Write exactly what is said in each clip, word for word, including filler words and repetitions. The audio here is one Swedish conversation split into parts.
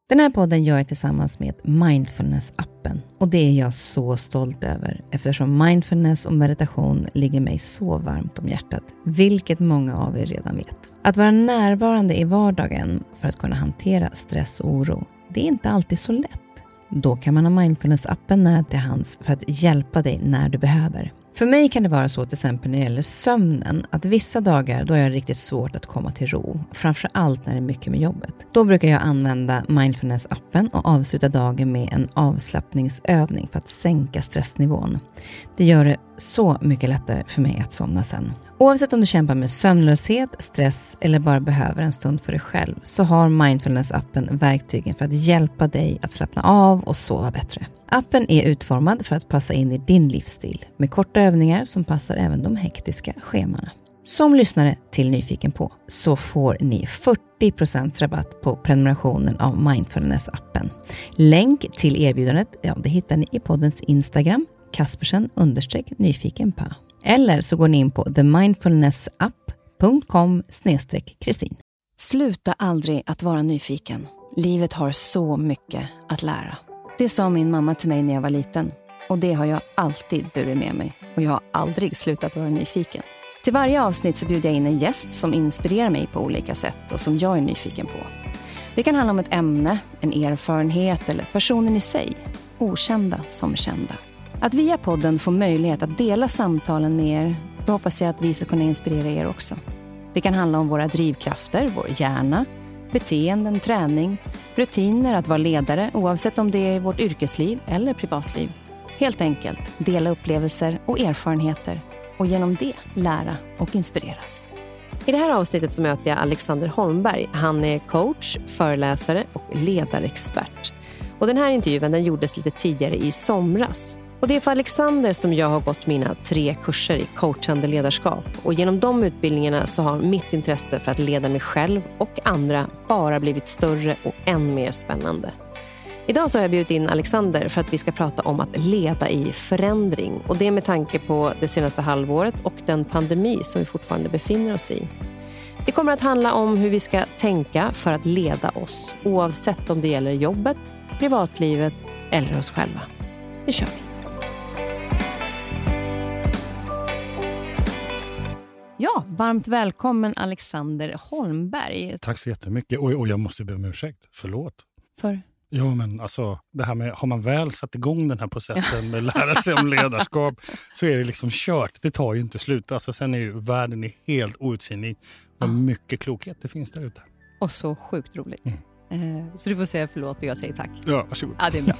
Den här podden gör jag tillsammans med Mindfulness-appen. Och det är jag så stolt över eftersom mindfulness och meditation ligger mig så varmt om hjärtat. Vilket många av er redan vet. Att vara närvarande i vardagen för att kunna hantera stress och oro, det är inte alltid så lätt. Då kan man ha Mindfulness-appen nära till hands för att hjälpa dig när du behöver. För mig kan det vara så till exempel när det gäller sömnen att vissa dagar då är det riktigt svårt att komma till ro. Framförallt när det är mycket med jobbet. Då brukar jag använda Mindfulness-appen och avsluta dagen med en avslappningsövning för att sänka stressnivån. Det gör det så mycket lättare för mig att somna sen. Oavsett om du kämpar med sömnlöshet, stress eller bara behöver en stund för dig själv så har Mindfulness-appen verktygen för att hjälpa dig att slappna av och sova bättre. Appen är utformad för att passa in i din livsstil med korta övningar som passar även de hektiska schemana. Som lyssnare till Nyfiken på så får ni fyrtio procent rabatt på prenumerationen av Mindfulness-appen. Länk till erbjudandet, ja, det hittar ni i poddens Instagram, Kaspersen understreck nyfiken på. Eller så går ni in på the mindfulness app punkt com slash kristin. Sluta aldrig att vara nyfiken. Livet har så mycket att lära. Det sa min mamma till mig när jag var liten. Och det har jag alltid burit med mig. Och jag har aldrig slutat vara nyfiken. Till varje avsnitt så bjuder jag in en gäst som inspirerar mig på olika sätt och som jag är nyfiken på. Det kan handla om ett ämne, en erfarenhet eller personen i sig. Okända som kända. Att via podden få möjlighet att dela samtalen med er, då hoppas jag att vi ska kunna inspirera er också. Det kan handla om våra drivkrafter, vår hjärna, beteenden, träning, rutiner att vara ledare oavsett om det är vårt yrkesliv eller privatliv. Helt enkelt dela upplevelser och erfarenheter och genom det lära och inspireras. I det här avsnittet så möter jag Alexander Holmberg. Han är coach, föreläsare och ledarexpert. Och den här intervjun den gjordes lite tidigare i somras. Och det är för Alexander som jag har gått mina tre kurser i coachande ledarskap. Och genom de utbildningarna så har mitt intresse för att leda mig själv och andra bara blivit större och än mer spännande. Idag så har jag bjudit in Alexander för att vi ska prata om att leda i förändring. Och det med tanke på det senaste halvåret och den pandemi som vi fortfarande befinner oss i. Det kommer att handla om hur vi ska tänka för att leda oss. Oavsett om det gäller jobbet, privatlivet eller oss själva. Nu kör vi. Ja, varmt välkommen Alexander Holmberg. Tack så jättemycket. Och, och jag måste be om ursäkt. Förlåt. För? Ja, men alltså, det här med, har man väl satt igång den här processen med att lära sig om ledarskap så är det liksom kört. Det tar ju inte slut. Alltså, sen är ju världen är helt outsinlig. Vad mycket klokhet det finns där ute. Och så sjukt roligt. Mm. Eh, så du får säga förlåt och jag säger tack. Ja, varsågod. Ja, det är bra.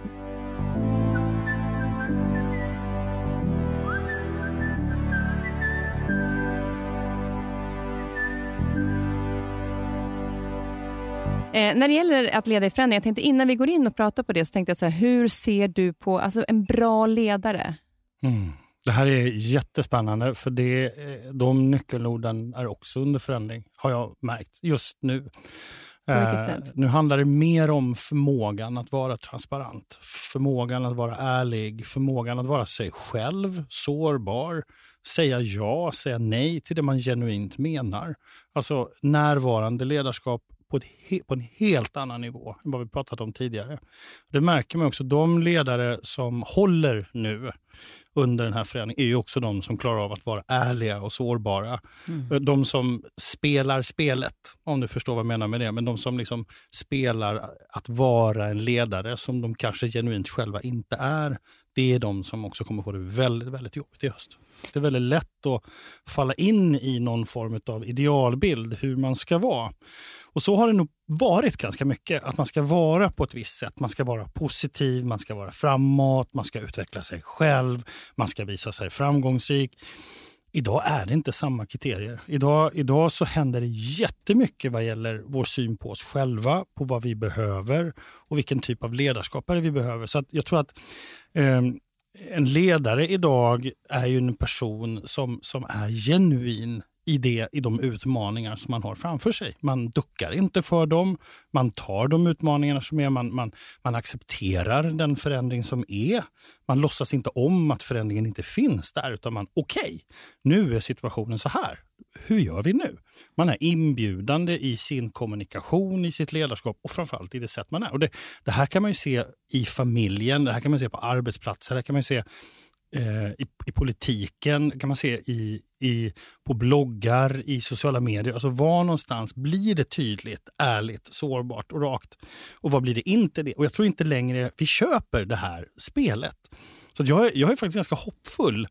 Eh, när det gäller att leda i förändring, jag tänkte innan vi går in och pratar på det så tänkte jag så här, hur ser du på alltså, en bra ledare? Mm. Det här är jättespännande för det, de nyckelorden är också under förändring, har jag märkt just nu. På vilket sätt? Eh, nu handlar det mer om förmågan att vara transparent, förmågan att vara ärlig, förmågan att vara sig själv, sårbar, säga ja, säga nej till det man genuint menar. Alltså närvarande ledarskap på, ett he- på en helt annan nivå än vad vi pratat om tidigare. Det märker man också, de ledare som håller nu under den här förändringen är ju också de som klarar av att vara ärliga och sårbara. Mm. De som spelar spelet, om du förstår vad jag menar med det, men de som liksom spelar att vara en ledare som de kanske genuint själva inte är, det är de som också kommer få det väldigt, väldigt jobbigt i höst. Det är väldigt lätt att falla in i någon form av idealbild hur man ska vara. Och så har det nog varit ganska mycket, att man ska vara på ett visst sätt. Man ska vara positiv, man ska vara framåt, man ska utveckla sig själv, man ska visa sig framgångsrik. Idag är det inte samma kriterier. Idag, idag så händer det jättemycket vad gäller vår syn på oss själva, på vad vi behöver och vilken typ av ledarskapare vi behöver. Så att jag tror att eh, en ledare idag är ju en person som, som är genuin i, det, i de utmaningar som man har framför sig. Man duckar inte för dem, man tar de utmaningarna som är, man, man, man accepterar den förändring som är. Man låtsas inte om att förändringen inte finns där, utan man, okej, okay, nu är situationen så här. Hur gör vi nu? Man är inbjudande i sin kommunikation, i sitt ledarskap och framförallt i det sätt man är. Och det, det här kan man ju se i familjen, det här kan man se på arbetsplatser, det här kan man se eh, i, i politiken, kan man se i, i, på bloggar, i sociala medier. Alltså var någonstans blir det tydligt, ärligt, sårbart och rakt? Och vad blir det inte det? Och jag tror inte längre vi köper det här spelet. Så jag, jag är faktiskt ganska hoppfull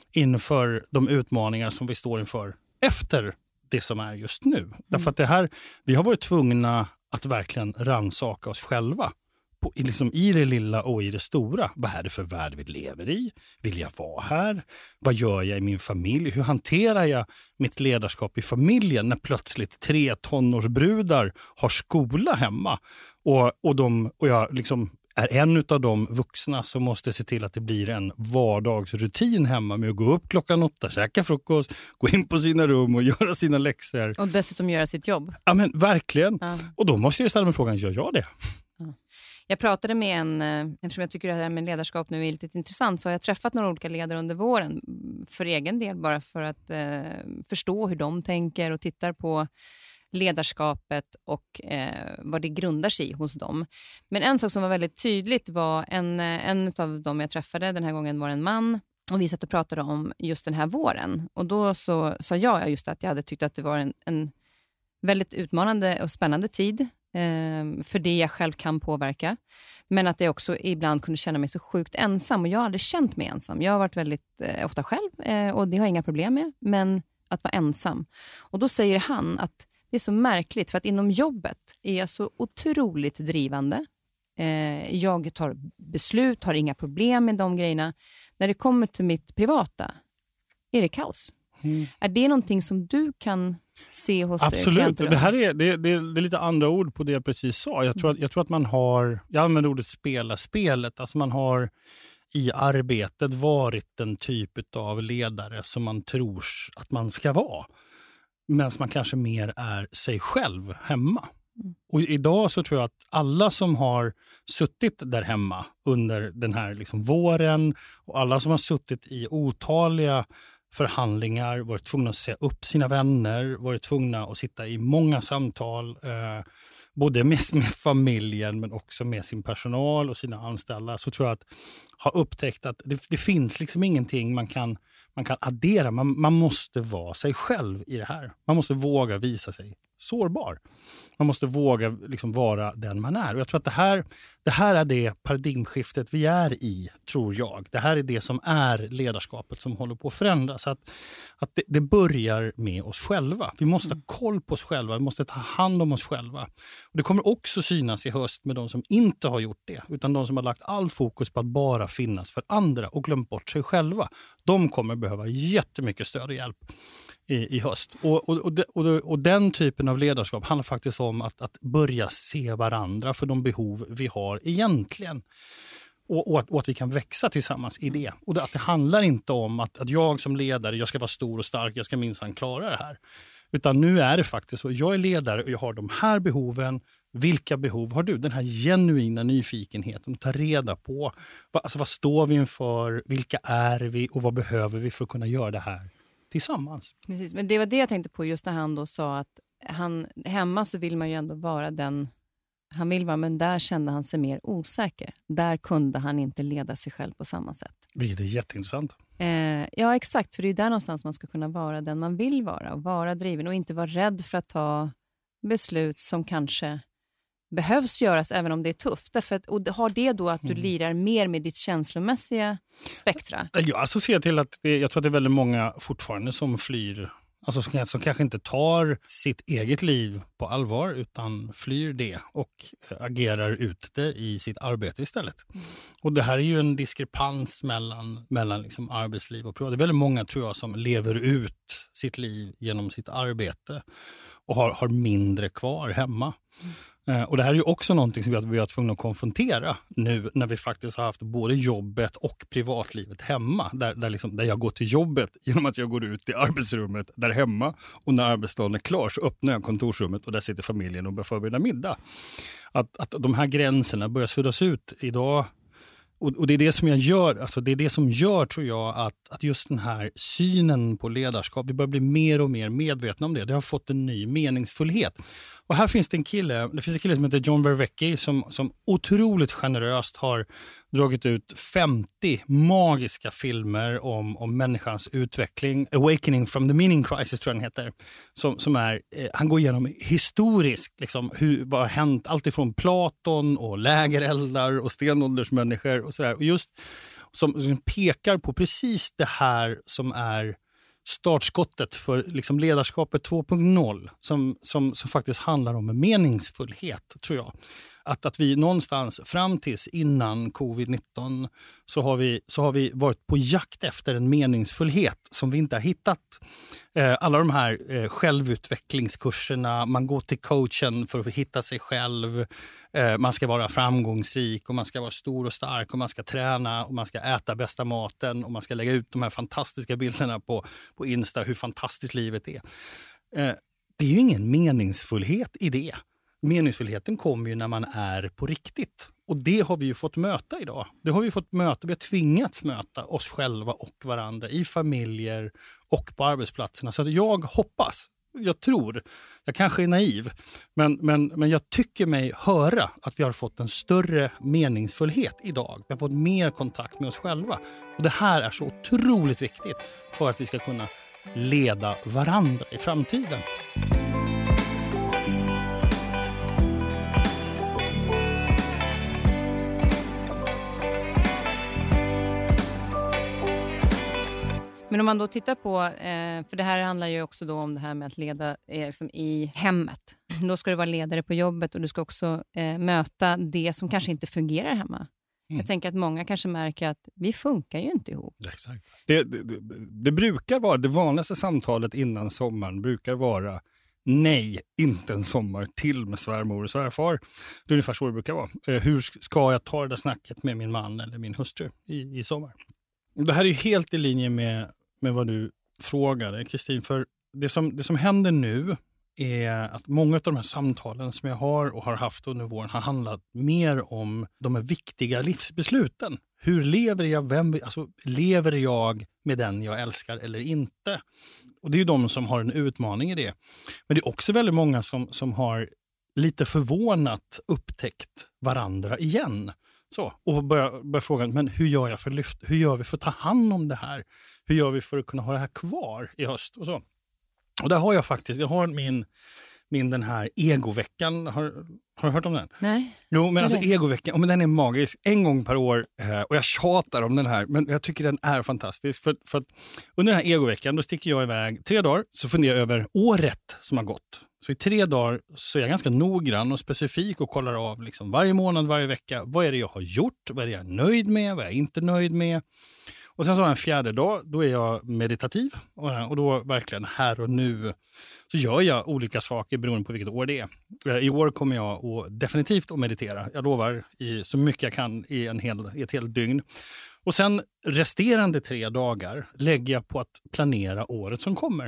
inför de utmaningar som vi står inför efter det som är just nu. Mm. Därför att det här, vi har varit tvungna att verkligen ransaka oss själva. På, liksom i det lilla och i det stora. Vad är det för värld vi lever i? Vill jag vara här? Vad gör jag i min familj? Hur hanterar jag mitt ledarskap i familjen när plötsligt tre tonårsbrudar har skola hemma? Och, och, de, och jag liksom är en av de vuxna som måste se till att det blir en vardagsrutin hemma med att gå upp klockan åtta, käka frukost, gå in på sina rum och göra sina läxor. Och dessutom göra sitt jobb. Ja, men verkligen. Ja. Och då måste jag ställa mig frågan, gör jag det? Ja. Jag pratade med en, eftersom jag tycker det här med ledarskap nu är lite intressant, så har jag träffat några olika ledare under våren för egen del, bara för att eh, förstå hur de tänker och tittar på ledarskapet och eh, vad det grundar sig hos dem. Men en sak som var väldigt tydligt var en, en av dem jag träffade, den här gången var en man, och vi satt och pratade om just den här våren. Och då så sa jag just att jag hade tyckt att det var en, en väldigt utmanande och spännande tid eh, för det jag själv kan påverka. Men att jag också ibland kunde känna mig så sjukt ensam, och jag har aldrig känt mig ensam. Jag har varit väldigt eh, ofta själv eh, och det har jag inga problem med, men att vara ensam. Och då säger han att det är så märkligt, för att inom jobbet är jag så otroligt drivande. Eh, jag tar beslut, har inga problem med de grejerna. När det kommer till mitt privata är det kaos. Mm. Är det någonting som du kan se hos Absolut. Det här är, det, det, det är lite andra ord på det jag precis sa. Jag tror, att, jag tror att man har, jag använder ordet spela spelet. Alltså man har i arbetet varit den typ av ledare som man tror att man ska vara. Medan man kanske mer är sig själv hemma. Mm. Och idag så tror jag att alla som har suttit där hemma under den här liksom våren, och alla som har suttit i otaliga förhandlingar, varit tvungna att se upp sina vänner, varit tvungna att sitta i många samtal, eh, både med, med familjen men också med sin personal och sina anställda, så tror jag att ha upptäckt att det, det finns liksom ingenting man kan, man kan addera. Man, man måste vara sig själv i det här. Man måste våga visa sig sårbar. Man måste våga liksom vara den man är. Och jag tror att det här, det här är det paradigmskiftet vi är i, tror jag. Det här är det som är ledarskapet som håller på att förändras. Så att, att det, det börjar med oss själva. Vi måste ha koll på oss själva. Vi måste ta hand om oss själva. Och det kommer också synas i höst med de som inte har gjort det. Utan de som har lagt all fokus på att bara finnas för andra och glömt bort sig själva. De kommer behöva jättemycket stöd och hjälp i, i höst. Och, och, och, de, och, och den typen av ledarskap handlar faktiskt om att, att börja se varandra för de behov vi har egentligen. Och, och, att, och att vi kan växa tillsammans i det. Och det, att det handlar inte om att, att jag som ledare, jag ska vara stor och stark, jag ska minsann klara det här. Utan nu är det faktiskt så, jag är ledare och jag har de här behoven. Vilka behov har du? Den här genuina nyfikenheten. Ta reda på, vad, alltså vad står vi inför, vilka är vi och vad behöver vi för att kunna göra det här tillsammans. Precis, men det var det jag tänkte på just när han då sa att han, hemma så vill man ju ändå vara den han vill vara, men där kände han sig mer osäker. Där kunde han inte leda sig själv på samma sätt. Det är jätteintressant. Eh, ja, exakt, för det är där någonstans man ska kunna vara den man vill vara och vara driven och inte vara rädd för att ta beslut som kanske behövs göras även om det är tufft. Därför att, och har det då att du mm. lirar mer med ditt känslomässiga spektra? Jag associerar till att det, jag tror att det är väldigt många fortfarande som flyr, alltså som, som kanske inte tar sitt eget liv på allvar utan flyr det och agerar ut det i sitt arbete istället. Mm. Och det här är ju en diskrepans mellan, mellan liksom arbetsliv och privat. Det är väldigt många, tror jag, som lever ut sitt liv genom sitt arbete och har, har mindre kvar hemma. Mm. Eh, och det här är ju också någonting som vi har, vi har tvungna att konfrontera nu när vi faktiskt har haft både jobbet och privatlivet hemma. Där, där, liksom, där jag går till jobbet genom att jag går ut i arbetsrummet där hemma. Och när arbetsdagen är klar så öppnar jag kontorsrummet och där sitter familjen och börjar förbereda middag. Att, att de här gränserna börjar suddas ut idag. Och, och det är det som jag gör, alltså det är det som gör tror jag att, att just den här synen på ledarskap, vi börjar bli mer och mer medvetna om det. Det har fått en ny meningsfullhet. Och här finns det en kille, det finns en kille som heter John Vervaeke som, som otroligt generöst har dragit ut femtio magiska filmer om, om människans utveckling. Awakening from the Meaning Crisis tror jag den heter. Som, som är, eh, han går igenom historiskt liksom, hur, vad har hänt, allt ifrån Platon och lägereldar och stenåldersmänniskor och sådär. Och just som, som pekar på precis det här som är startskottet för liksom ledarskapet två punkt noll som, som, som faktiskt handlar om meningsfullhet, tror jag. Att, att vi någonstans fram tills innan covid nitton så har, vi, så har vi varit på jakt efter en meningsfullhet som vi inte har hittat. Eh, alla de här eh, självutvecklingskurserna, man går till coachen för att hitta sig själv. Eh, man ska vara framgångsrik och man ska vara stor och stark och man ska träna och man ska äta bästa maten och man ska lägga ut de här fantastiska bilderna på, på Insta hur fantastiskt livet är. Eh, det är ju ingen meningsfullhet i det. Meningsfullheten kommer ju när man är på riktigt. Och det har vi ju fått möta idag. Det har vi fått möta, vi har tvingats möta oss själva och varandra i familjer och på arbetsplatserna. Så att jag hoppas, jag tror, jag kanske är naiv, men, men, men jag tycker mig höra att vi har fått en större meningsfullhet idag. Vi har fått mer kontakt med oss själva. Och det här är så otroligt viktigt för att vi ska kunna leda varandra i framtiden. Men om man då tittar på, för det här handlar ju också då om det här med att leda liksom i hemmet. Då ska du vara ledare på jobbet och du ska också möta det som kanske inte fungerar hemma. Mm. Jag tänker att många kanske märker att vi funkar ju inte ihop. Exakt. Det, det, det, det brukar vara, det vanligaste samtalet innan sommaren brukar vara nej, inte en sommar till med svärmor och svärfar. Det är ungefär så det brukar vara. Hur ska jag ta det där snacket med min man eller min hustru i, i sommar? Det här är ju helt i linje med, med vad du frågade, Kristin. För det som, det som händer nu är att många av de här samtalen som jag har och har haft under våren har handlat mer om de här viktiga livsbesluten. Hur lever jag? Vem, alltså, lever jag med den jag älskar eller inte? Och det är ju de som har en utmaning i det. Men det är också väldigt många som, som har lite förvånat upptäckt varandra igen. Så, och börja, börja fråga, men hur gör jag för lyft? Hur gör vi för att ta hand om det här? Hur gör vi för att kunna ha det här kvar i höst? Och så. Och där har jag faktiskt, jag har min, min den här egoveckan. Har, har du hört om den? Nej. Jo, men alltså egoveckan, oh, men den är magisk. En gång per år, eh, och jag tjatar om den här, men jag tycker den är fantastisk. För, för att under den här egoveckan, då sticker jag iväg tre dagar, så funderar jag över året som har gått. Så i tre dagar så är jag ganska noggrann och specifik och kollar av liksom varje månad, varje vecka. Vad är det jag har gjort? Vad är det jag är nöjd med? Vad är jag inte nöjd med? Och sen så har jag en fjärde dag, då är jag meditativ. Och då verkligen här och nu så gör jag olika saker beroende på vilket år det är. I år kommer jag att definitivt att meditera. Jag lovar i så mycket jag kan i, en hel, i ett helt dygn. Och sen resterande tre dagar lägger jag på att planera året som kommer.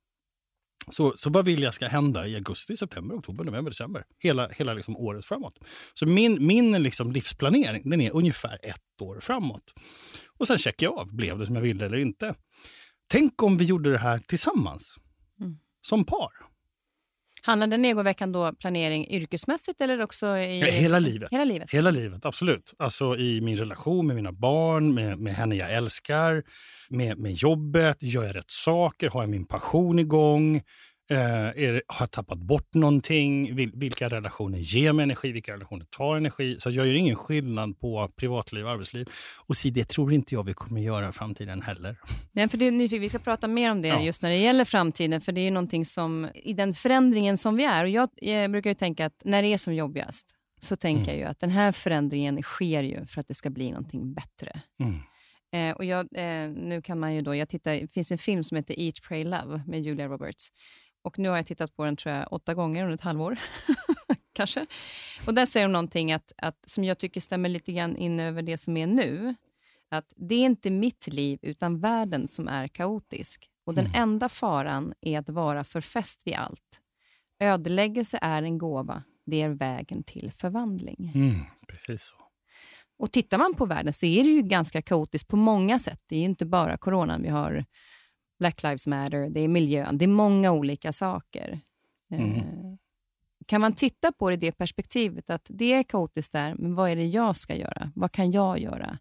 Så, så vad vill jag ska hända i augusti, september, oktober, november, december? Hela, hela liksom året framåt. Så min, min liksom livsplanering, den är ungefär ett år framåt. Och sen checkar jag av, blev det som jag ville eller inte? Tänk om vi gjorde det här tillsammans. Mm. Som par. Handlar den egoveckan då planering yrkesmässigt eller också i... Ja, hela livet. Hela livet. Hela livet, absolut. Alltså i min relation med mina barn, med, med henne jag älskar, med, med jobbet, gör jag rätt saker, har jag min passion igång, eh, är, har jag tappat bort någonting, Vil, vilka relationer ger mig energi, vilka relationer tar energi. Så jag gör ingen skillnad på privatliv och arbetsliv. Och så det tror inte jag vi kommer göra i framtiden heller. Nej, för det är nyfiken. Vi ska prata mer om det ja. just när det gäller framtiden. För det är ju någonting som, i den förändringen som vi är. Och jag, jag brukar ju tänka att när det är som jobbigast så tänker mm. jag ju att den här förändringen sker ju för att det ska bli någonting bättre. Mm. Eh, och jag, eh, nu kan man ju då, jag tittar, det finns en film som heter Eat, Pray, Love med Julia Roberts. Och nu har jag tittat på den tror jag åtta gånger under ett halvår. Kanske. Och där säger hon någonting att, att, som jag tycker stämmer lite grann in över det som är nu. Att det är inte mitt liv utan världen som är kaotisk. Och den mm. enda faran är att vara för fäst vid allt. Ödeläggelse är en gåva. Det är vägen till förvandling. Mm, precis så. Och tittar man på världen så är det ju ganska kaotiskt på många sätt. Det är ju inte bara coronan. Vi har Black Lives Matter, det är miljön. Det är många olika saker. Mm. Eh, kan man titta på det i det perspektivet att det är kaotiskt där, men vad är det jag ska göra? Vad kan jag göra?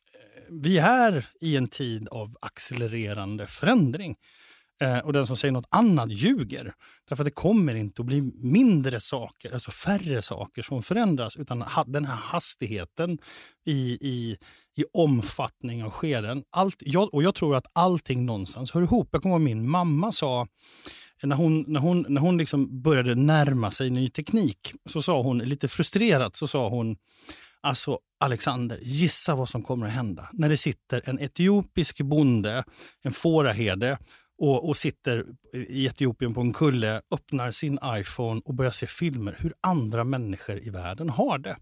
Vi är i en tid av accelererande förändring. Eh, och den som säger något annat ljuger. Därför att det kommer inte att bli mindre saker, alltså färre saker som förändras. Utan ha, den här hastigheten i, i, i omfattning av skeden. Allt, jag, och jag tror att allting någonstans hör ihop. Jag kommer ihåg min mamma sa, när hon, när hon, när hon liksom började närma sig ny teknik, så sa hon lite frustrerat, så sa hon, alltså Alexander, gissa vad som kommer att hända. När det sitter en etiopisk bonde, en fåraherde, Och, och sitter i Etiopien på en kulle, öppnar sin iPhone och börjar se filmer hur andra människor i världen har det.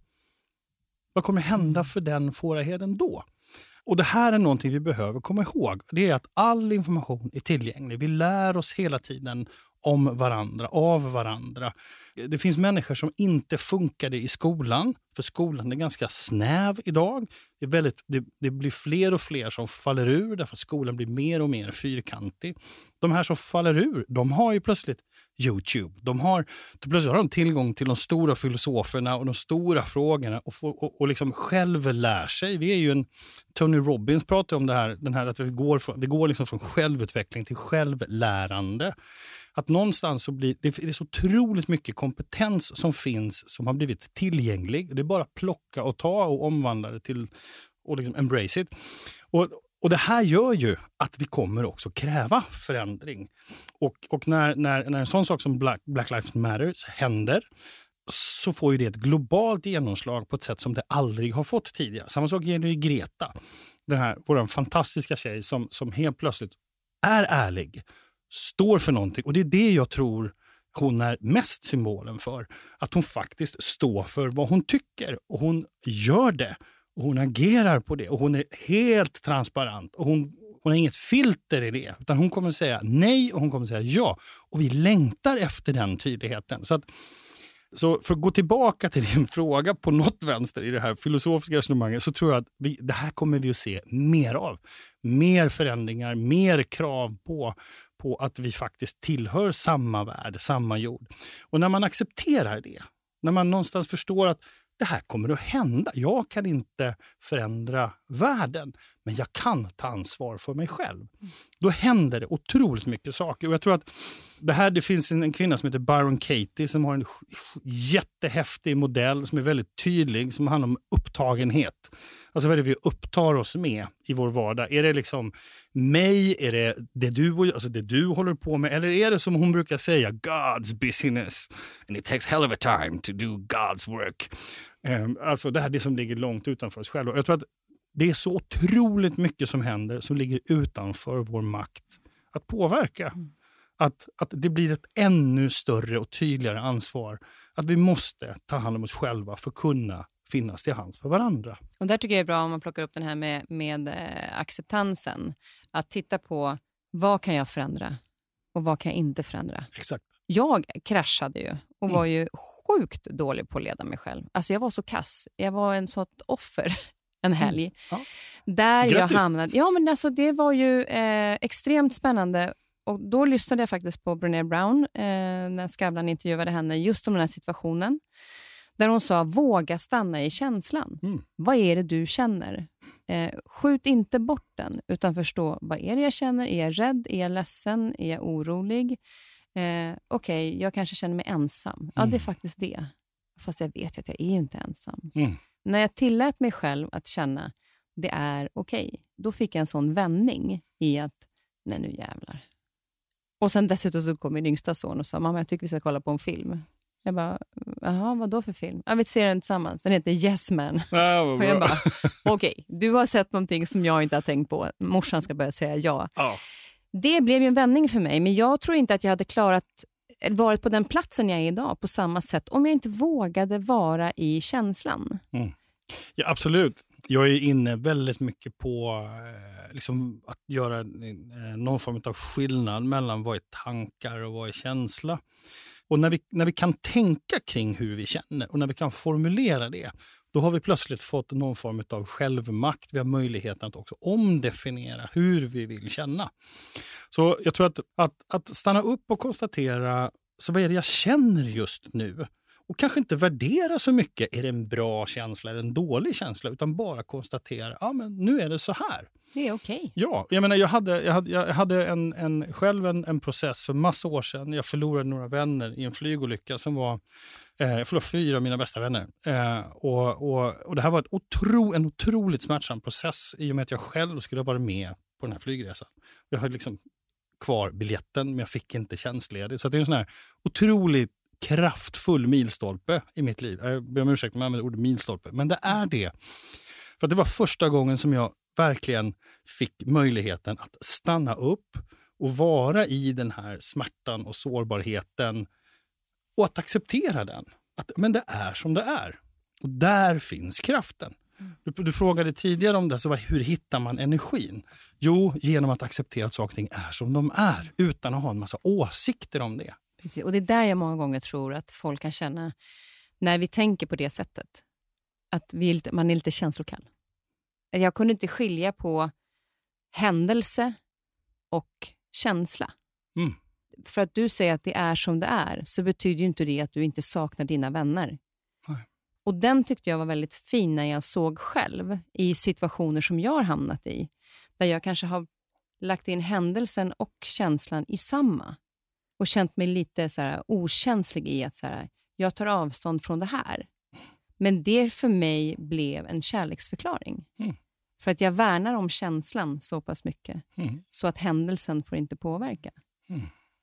Vad kommer hända för den fåraherden då? Och det här är någonting vi behöver komma ihåg. Det är att all information är tillgänglig. Vi lär oss hela tiden om varandra, av varandra. Det finns människor som inte funkade i skolan, för skolan är ganska snäv idag. Det, är väldigt, det, det blir fler och fler som faller ur därför att skolan blir mer och mer fyrkantig. De här som faller ur, de har ju plötsligt YouTube. De har, plötsligt har de tillgång till de stora filosoferna och de stora frågorna och, får, och, och liksom själv lär sig. Vi är ju en, Tony Robbins pratar om det här, den här att vi går, från, vi går liksom från självutveckling till självlärande. Att någonstans så blir det, det är så otroligt mycket kompetens som finns som har blivit tillgänglig. Det är bara att plocka och ta och omvandla det till och liksom embrace it. Och, och det här gör ju att vi kommer också kräva förändring. Och, och när, när, när en sån sak som Black, Black Lives Matter händer, så får ju det ett globalt genomslag på ett sätt som det aldrig har fått tidigare. Samma sak gäller ju Greta, den här, vår fantastiska tjej som, som helt plötsligt är ärlig, står för någonting. Och det är det jag tror hon är mest symbolen för. Att hon faktiskt står för vad hon tycker. Och hon gör det. Och hon agerar på det. Och hon är helt transparent. Och hon, hon har inget filter i det. Utan hon kommer att säga nej och hon kommer att säga ja. Och vi längtar efter den tydligheten. Så att Så för att gå tillbaka till din fråga på något vänster i det här filosofiska resonemanget, så tror jag att vi, det här kommer vi att se mer av. Mer förändringar, mer krav på, på att vi faktiskt tillhör samma värld, samma jord. Och när man accepterar det, när man någonstans förstår att det här kommer att hända. Jag kan inte förändra världen, men jag kan ta ansvar för mig själv. Då händer det otroligt mycket saker. Och jag tror att det här, det finns en, en kvinna som heter Byron Katie som har en jättehäftig modell som är väldigt tydlig, som handlar om upptagenhet. Alltså vad är det vi upptar oss med i vår vardag? Är det liksom mig? Är det det du, alltså det du håller på med? Eller är det som hon brukar säga, God's business and it takes hell of a time to do God's work? Um, alltså det här, det som ligger långt utanför oss själva. Jag tror att det är så otroligt mycket som händer som ligger utanför vår makt att påverka. Mm. Att, att det blir ett ännu större och tydligare ansvar. Att vi måste ta hand om oss själva för att kunna finnas till hands för varandra. Och där tycker jag är bra om man plockar upp den här med, med eh, acceptansen. Att titta på vad kan jag förändra och vad kan jag inte förändra. Exakt. Jag kraschade ju och Mm. var ju sjukt dålig på att leda mig själv. Alltså jag var så kass. Jag var en sånt offer en helg. Mm. Ja. Där Grattis. jag hamnade. Ja, men alltså det var ju eh, extremt spännande. Och då lyssnade jag faktiskt på Brené Brown eh, när Skavlan intervjuade henne just om den här situationen. Där hon sa, våga stanna i känslan. Mm. Vad är det du känner? Eh, skjut inte bort den, utan förstå, vad är det jag känner? Är jag rädd? Är jag ledsen? Är jag orolig? Eh, Okej, okay, jag kanske känner mig ensam. Mm. Ja, det är faktiskt det. Fast jag vet ju att jag är ju inte ensam. Mm. När jag tillät mig själv att känna, det är okej. Okay, då fick jag en sån vändning i att, nej nu jävlar. Och sen dessutom så kom min yngsta son och sa, mamma jag tycker vi ska kolla på en film. Jag bara, jaha, vad då för film? Ja, vi ser den tillsammans. Den heter Yes Man. Ja, och jag bara, okej, okay, du har sett någonting som jag inte har tänkt på. Morsan ska börja säga ja. ja. Det blev ju en vändning för mig, men jag tror inte att jag hade klarat varit på den platsen jag är idag på samma sätt om jag inte vågade vara i känslan. Mm. Ja, absolut. Jag är inne väldigt mycket på eh, liksom att göra eh, någon form av skillnad mellan vad är tankar och vad är känsla. Och när vi, när vi kan tänka kring hur vi känner och när vi kan formulera det, då har vi plötsligt fått någon form av självmakt. Vi har möjligheten att också omdefiniera hur vi vill känna. Så jag tror att, att, att stanna upp och konstatera, så vad är det jag känner just nu? Och kanske inte värdera så mycket, är det en bra känsla eller en dålig känsla, utan bara konstatera, ja men nu är det så här. Det är okej. Okay. Ja, jag menar jag hade, jag hade, jag hade en, en, själv en, en process för massa år sedan. Jag förlorade några vänner i en flygolycka som var, eh, jag förlorade fyra av mina bästa vänner. Eh, och, och, och det här var ett otro, en otroligt smärtsam process i och med att jag själv skulle ha varit med på den här flygresan. Jag hade liksom kvar biljetten, men jag fick inte tjänstledig. Så det är en sån här otroligt kraftfull milstolpe i mitt liv. Jag ber om ursäkt om jag använder ordet milstolpe, men det är det. För att det var första gången som jag verkligen fick möjligheten att stanna upp och vara i den här smärtan och sårbarheten och att acceptera den. Att, men det är som det är. Och där finns kraften. Du, du frågade tidigare om det, så vad, hur hittar man energin? Jo, genom att acceptera att saker och ting är som de är, utan att ha en massa åsikter om det. Precis. Och det är där jag många gånger tror att folk kan känna, när vi tänker på det sättet, att vi är lite, man är lite känslokall. Jag kunde inte skilja på händelse och känsla. Mm. För att du säger att det är som det är, så betyder ju inte det att du inte saknar dina vänner. Nej. Och den tyckte jag var väldigt fin när jag såg själv i situationer som jag har hamnat i. Där jag kanske har lagt in händelsen och känslan i samma. Och känt mig lite så här okänslig i att så här, jag tar avstånd från det här. Men det för mig blev en kärleksförklaring. Mm. För att jag värnar om känslan så pass mycket. Mm. Så att händelsen får inte påverka. Mm.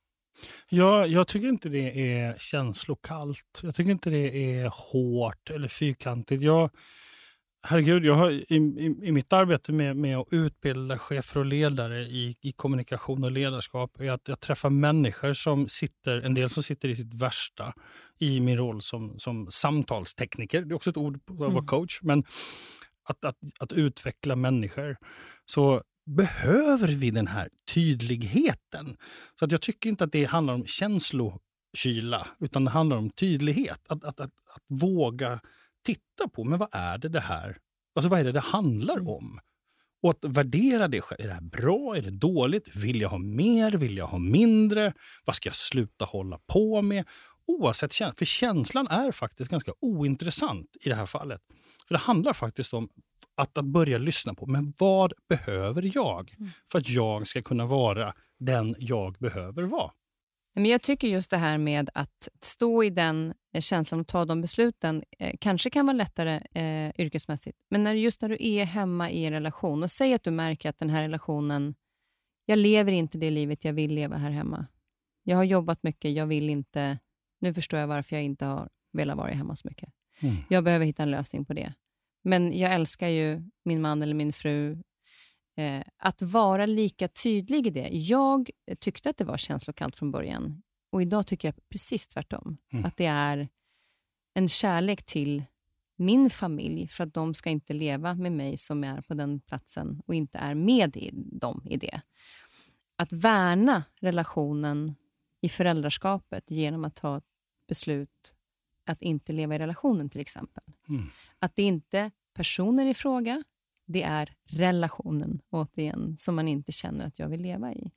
Ja, jag tycker inte det är känslokallt. Jag tycker inte det är hårt eller fyrkantigt. Jag, herregud, jag har i, i, i mitt arbete med, med att utbilda chefer och ledare i, i kommunikation och ledarskap är att jag träffar människor som sitter, en del som sitter i sitt värsta i min roll som, som samtalstekniker. Det är också ett ord på att vara coach, men att, att, att utveckla människor. Så behöver vi den här tydligheten. Så att jag tycker inte att det handlar om känslokyla, utan det handlar om tydlighet. Att, att, att, att våga titta på, men vad är det det här? Alltså vad är det det handlar om? Och att värdera det. Är det här bra? Är det dåligt? Vill jag ha mer? Vill jag ha mindre? Vad ska jag sluta hålla på med? Oavsett känslan. För känslan är faktiskt ganska ointressant i det här fallet. För det handlar faktiskt om att, att börja lyssna på, men vad behöver jag för att jag ska kunna vara den jag behöver vara? Men jag tycker just det här med att stå i den känslan och ta de besluten eh, kanske kan vara lättare eh, yrkesmässigt. Men när, just när du är hemma i en relation och säger att du märker att den här relationen, jag lever inte det livet jag vill leva här hemma. Jag har jobbat mycket, jag vill inte, nu förstår jag varför jag inte har velat vara hemma så mycket. Mm. Jag behöver hitta en lösning på det. Men jag älskar ju min man eller min fru. Eh, att vara lika tydlig i det. Jag tyckte att det var känslokallt från början. Och idag tycker jag precis tvärtom. Mm. Att det är en kärlek till min familj. För att de ska inte leva med mig som är på den platsen. Och inte är med i dem i det. Att värna relationen i föräldraskapet genom att ta ett beslut att inte leva i relationen till exempel. Mm. Att det inte är personer i fråga, det är relationen återigen som man inte känner att jag vill leva i.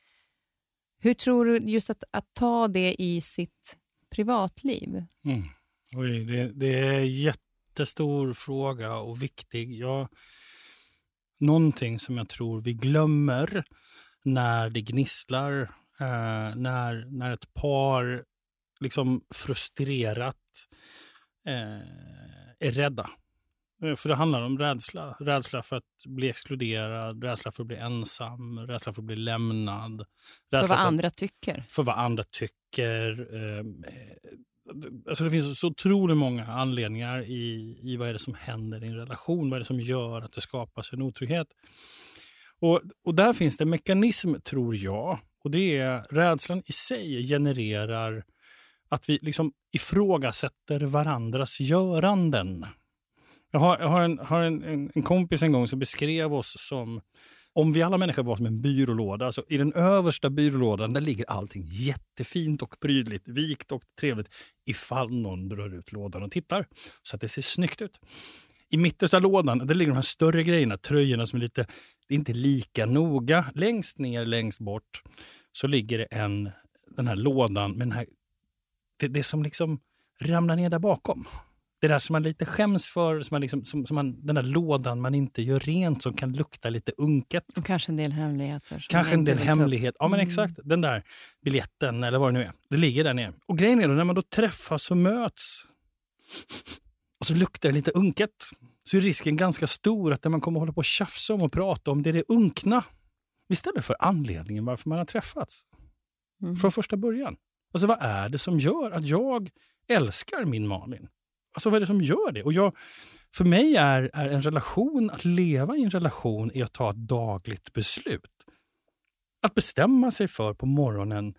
Hur tror du just att, att ta det i sitt privatliv? Mm. Oj, det, det är en jättestor fråga och viktig. Jag, någonting som jag tror vi glömmer när det gnisslar, eh, när, när ett par liksom frustrerat eh, är rädda. För det handlar om rädsla. Rädsla för att bli exkluderad, rädsla för att bli ensam, rädsla för att bli lämnad. För vad för andra att, tycker. För vad andra tycker. Eh, alltså det finns så otroligt många anledningar i, i vad är det som händer i en relation. Vad är det som gör att det skapas en otrygghet. Och, och där finns det en mekanism, tror jag, Och det är rädslan i sig genererar att vi liksom ifrågasätter varandras göranden. Jag har, jag har, en, har en, en, en kompis en gång som beskrev oss som om vi alla människor var som en byrålåda. Alltså i den översta byrålådan där ligger allting jättefint och prydligt, vikt och trevligt ifall någon drar ut lådan och tittar så att det ser snyggt ut. I mittersta lådan där ligger de här större grejerna, tröjorna som är lite, det är inte lika noga. Längst ner, längst bort så ligger det en, den här lådan med den här, det, det som liksom ramlar ner där bakom. Det där som man lite skäms för, som man liksom, som, som man, den där lådan man inte gör rent som kan lukta lite unket. Och kanske en del hemligheter. Kanske en del hemlighet. Ja men exakt, den där biljetten eller vad det nu är. Det ligger där nere. Och grejen är då när man då träffas och möts och så luktar det lite unket så är risken ganska stor att när man kommer hålla på och tjafsa om och prata om det är det unkna istället för anledningen varför man har träffats. Mm. Från första början. Alltså vad är det som gör att jag älskar min Malin? Alltså vad är det som gör det? Och jag, för mig är, är en relation, att leva i en relation är att ta ett dagligt beslut. Att bestämma sig för på morgonen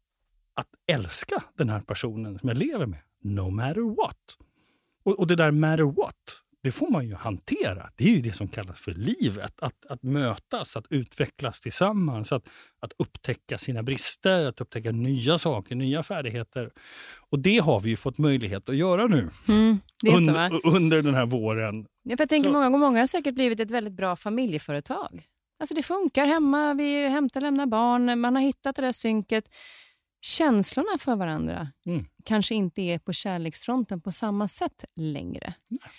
att älska den här personen som jag lever med. No matter what. Och, och det där matter what, det får man ju hantera. Det är ju det som kallas för livet. Att, att mötas, att utvecklas tillsammans. Att, att upptäcka sina brister, att upptäcka nya saker, nya färdigheter. Och det har vi ju fått möjlighet att göra nu. Mm, det är under, så, under den här våren. Ja, för jag tänker så. många gånger många har säkert blivit ett väldigt bra familjeföretag. Alltså det funkar hemma, vi hämtar, lämnar barn, man har hittat det där synket. Känslorna för varandra mm. kanske inte är på kärleksfronten på samma sätt längre.